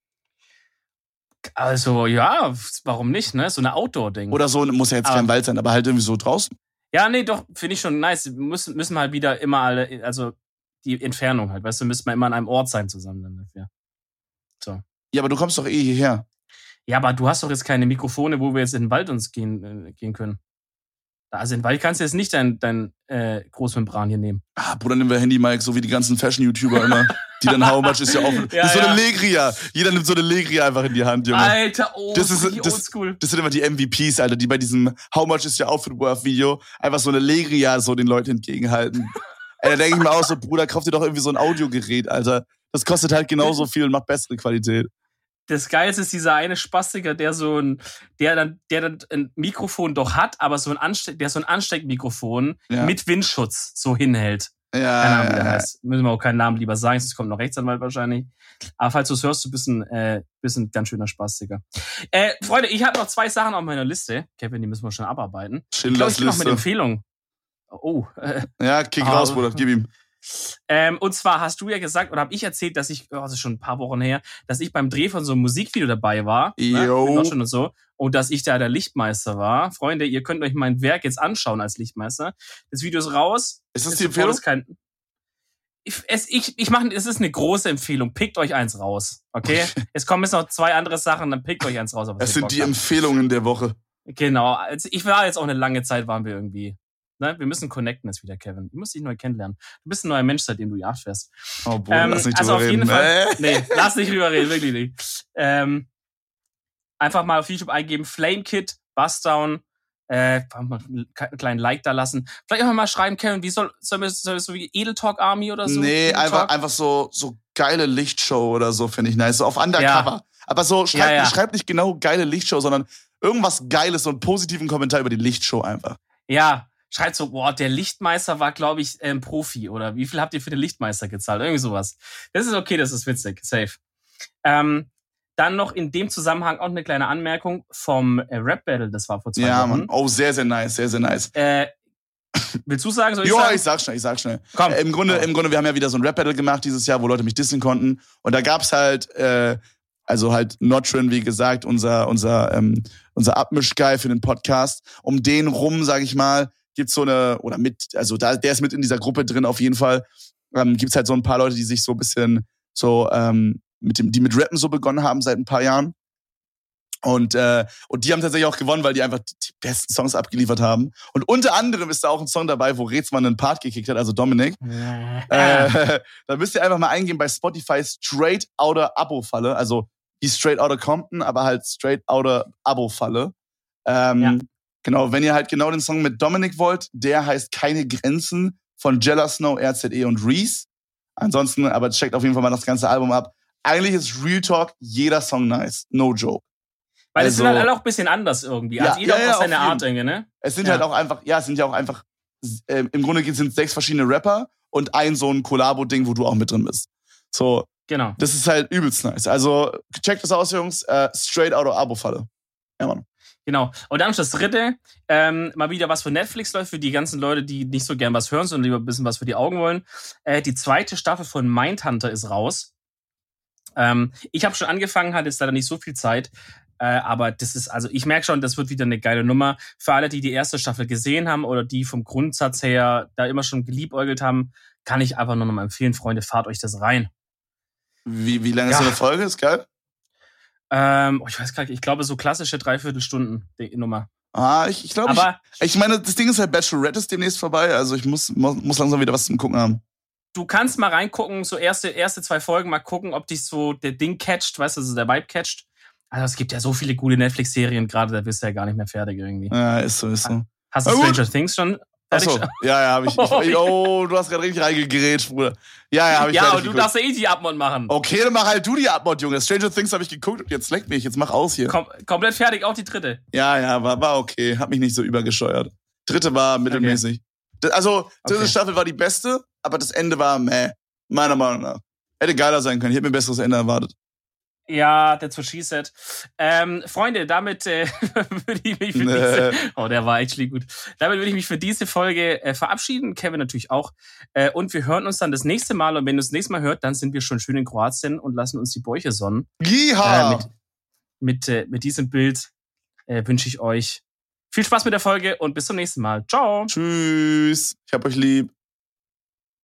Also, ja, warum nicht, ne? So eine Outdoor-Ding. Oder so, muss ja jetzt kein Wald sein, aber halt irgendwie so draußen. Ja, nee, doch, finde ich schon nice. Müssen wir halt wieder immer alle, also die Entfernung halt, weißt du, müssen wir immer an einem Ort sein zusammen dann dafür. So. Ja, aber du kommst doch hierher. Ja, aber du hast doch jetzt keine Mikrofone, wo wir jetzt in den Wald uns gehen können. Also in den Wald kannst du jetzt nicht dein Großmembran hier nehmen. Bruder, nehmen wir Handy-Mic, so wie die ganzen Fashion-YouTuber immer. Die dann How Much ist ja offen. Das ist so eine Legria. Jeder nimmt so eine Legria einfach in die Hand, Junge. Alter, das ist oldschool. Das sind immer die MVPs, Alter, die bei diesem How Much is your outfit worth Video einfach so eine Legria so den Leuten entgegenhalten. Ey, da denke ich mir auch so, Bruder, kauf dir doch irgendwie so ein Audiogerät, Alter. Das kostet halt genauso viel und macht bessere Qualität. Das Geilste ist dieser eine Spastiker, der dann ein Mikrofon doch hat, aber so ein Ansteckmikrofon mit Windschutz so hinhält. Ja. Keine Ahnung, wie der heißt. Müssen wir auch keinen Namen lieber sagen, sonst kommt noch Rechtsanwalt wahrscheinlich. Aber falls du es hörst, du bist ein ganz schöner Spastiker. Freunde, ich habe noch 2 Sachen auf meiner Liste. Kevin, die müssen wir schon abarbeiten. Schindlers ich noch mit Empfehlungen. Ja, kick raus, Bruder, gib ihm. Und zwar hast du ja gesagt, oder habe ich erzählt, dass das ist schon ein paar Wochen her, dass ich beim Dreh von so einem Musikvideo dabei war. Ne, in Deutschland und so. Und dass ich da der Lichtmeister war. Freunde, ihr könnt euch mein Werk jetzt anschauen als Lichtmeister. Das Video ist raus. Ist das die Empfehlung? Es ist eine große Empfehlung. Pickt euch eins raus. Okay? Es kommen jetzt noch 2 andere Sachen, dann pickt euch eins raus. Es sind die Empfehlungen der Woche. Genau. Also ich war jetzt auch eine lange Zeit, waren wir irgendwie. Ne? Wir müssen connecten jetzt wieder, Kevin. Du musst dich neu kennenlernen. Du bist ein neuer Mensch, seitdem du Yacht fährst. Oh, Bruder, lass nicht also drüber auf jeden reden. Fall. Nee, lass nicht drüber reden, wirklich nicht. Einfach mal auf YouTube eingeben, Flamekit, Bustdown, einen kleinen Like da lassen. Vielleicht auch mal schreiben, Kevin, wie soll so wie Edel Talk Army oder so? Nee, einfach so geile Lichtshow oder so, finde ich nice. So auf Undercover. Ja. Aber so, schreibt nicht genau geile Lichtshow, sondern irgendwas Geiles, so einen positiven Kommentar über die Lichtshow einfach. Ja, schreibt so, boah, der Lichtmeister war, glaube ich, Profi. Oder wie viel habt ihr für den Lichtmeister gezahlt? Irgendwie sowas. Das ist okay, das ist witzig. Safe. Dann noch in dem Zusammenhang auch eine kleine Anmerkung vom Rap-Battle, das war vor 2 Wochen. Ja, Mann. Oh, sehr, sehr nice, sehr, sehr nice. Willst du sagen? Soll ich sagen? Ich sag schnell. Komm. Im Grunde, wir haben ja wieder so ein Rap-Battle gemacht dieses Jahr, wo Leute mich dissen konnten. Und da gab's halt, Notrin, wie gesagt, unser Abmisch-Guy für den Podcast. Um den rum, sag ich mal, gibt's so eine, oder der ist mit in dieser Gruppe drin auf jeden Fall, gibt's halt so ein paar Leute, die sich so ein bisschen so, die mit Rappen so begonnen haben seit ein paar Jahren. Und die haben tatsächlich auch gewonnen, weil die einfach die besten Songs abgeliefert haben. Und unter anderem ist da auch ein Song dabei, wo Rätsmann einen Part gekickt hat, also Dominik. Da müsst ihr einfach mal eingehen bei Spotify Straight Outta Abo-Falle. Also wie Straight Outta Compton, aber halt Straight Outta Abo-Falle. Genau, wenn ihr halt genau den Song mit Dominik wollt, der heißt Keine Grenzen von Jella Snow, RZE und Reese. Ansonsten, aber checkt auf jeden Fall mal das ganze Album ab. Eigentlich ist Real Talk jeder Song nice. No joke. Weil es sind halt alle auch ein bisschen anders irgendwie. Also jeder hat seine Art irgendwie, ne? Es sind halt auch einfach, im Grunde sind es 6 verschiedene Rapper und ein so ein Kollabo-Ding, wo du auch mit drin bist. So. Genau. Das ist halt übelst nice. Also, checkt das aus, Jungs. Straight Outta Abo-Falle. Ja, Mann. Genau. Und dann das dritte, mal wieder was für Netflix läuft, für die ganzen Leute, die nicht so gern was hören, sondern lieber ein bisschen was für die Augen wollen. Die 2. Staffel von Mindhunter ist raus. Ich habe schon angefangen, hatte jetzt leider nicht so viel Zeit. Aber das ist, also ich merke schon, das wird wieder eine geile Nummer. Für alle, die die erste Staffel gesehen haben oder die vom Grundsatz her da immer schon geliebäugelt haben, kann ich einfach nur noch mal empfehlen, Freunde, fahrt euch das rein. Wie lange ist so eine Folge? Ist geil? Ich weiß gar nicht, ich glaube so klassische 3/4 Stunden die Nummer. Ich glaube, ich meine, das Ding ist halt, Bachelorette ist demnächst vorbei, also ich muss langsam wieder was zum Gucken haben. du kannst mal reingucken, so erste 2 Folgen mal gucken, ob dich so der Ding catcht, weißt du, also der Vibe catcht. Also es gibt ja so viele gute Netflix-Serien gerade, da bist du ja gar nicht mehr fertig irgendwie. Ja, ist so. Hast du Stranger Things schon? Achso, ja, hab ich. Oh, du hast gerade richtig reingegrätscht, Bruder. Ja, hab ich. Ja, und du darfst ja eh die Abmod machen. Okay, dann mach halt du die Abmod, Junge. Stranger Things habe ich geguckt und jetzt leck mich. Jetzt mach aus hier. Komplett fertig, auch die 3. Ja, war okay. Hat mich nicht so übergesteuert. 3. war mittelmäßig. Okay. Also, 3. Staffel war die beste, aber das Ende war meiner Meinung nach. Hätte geiler sein können. Ich hätte mir ein besseres Ende erwartet. Ja, that's what she said. Freunde, damit würde ich mich für diese... Oh, der war actually gut. Damit würde ich mich für diese Folge verabschieden. Kevin natürlich auch. Und wir hören uns dann das nächste Mal. Und wenn ihr das nächste Mal hört, dann sind wir schon schön in Kroatien und lassen uns die Bäuche sonnen. Jiha! Mit diesem Bild wünsche ich euch viel Spaß mit der Folge und bis zum nächsten Mal. Ciao! Tschüss. Ich hab euch lieb.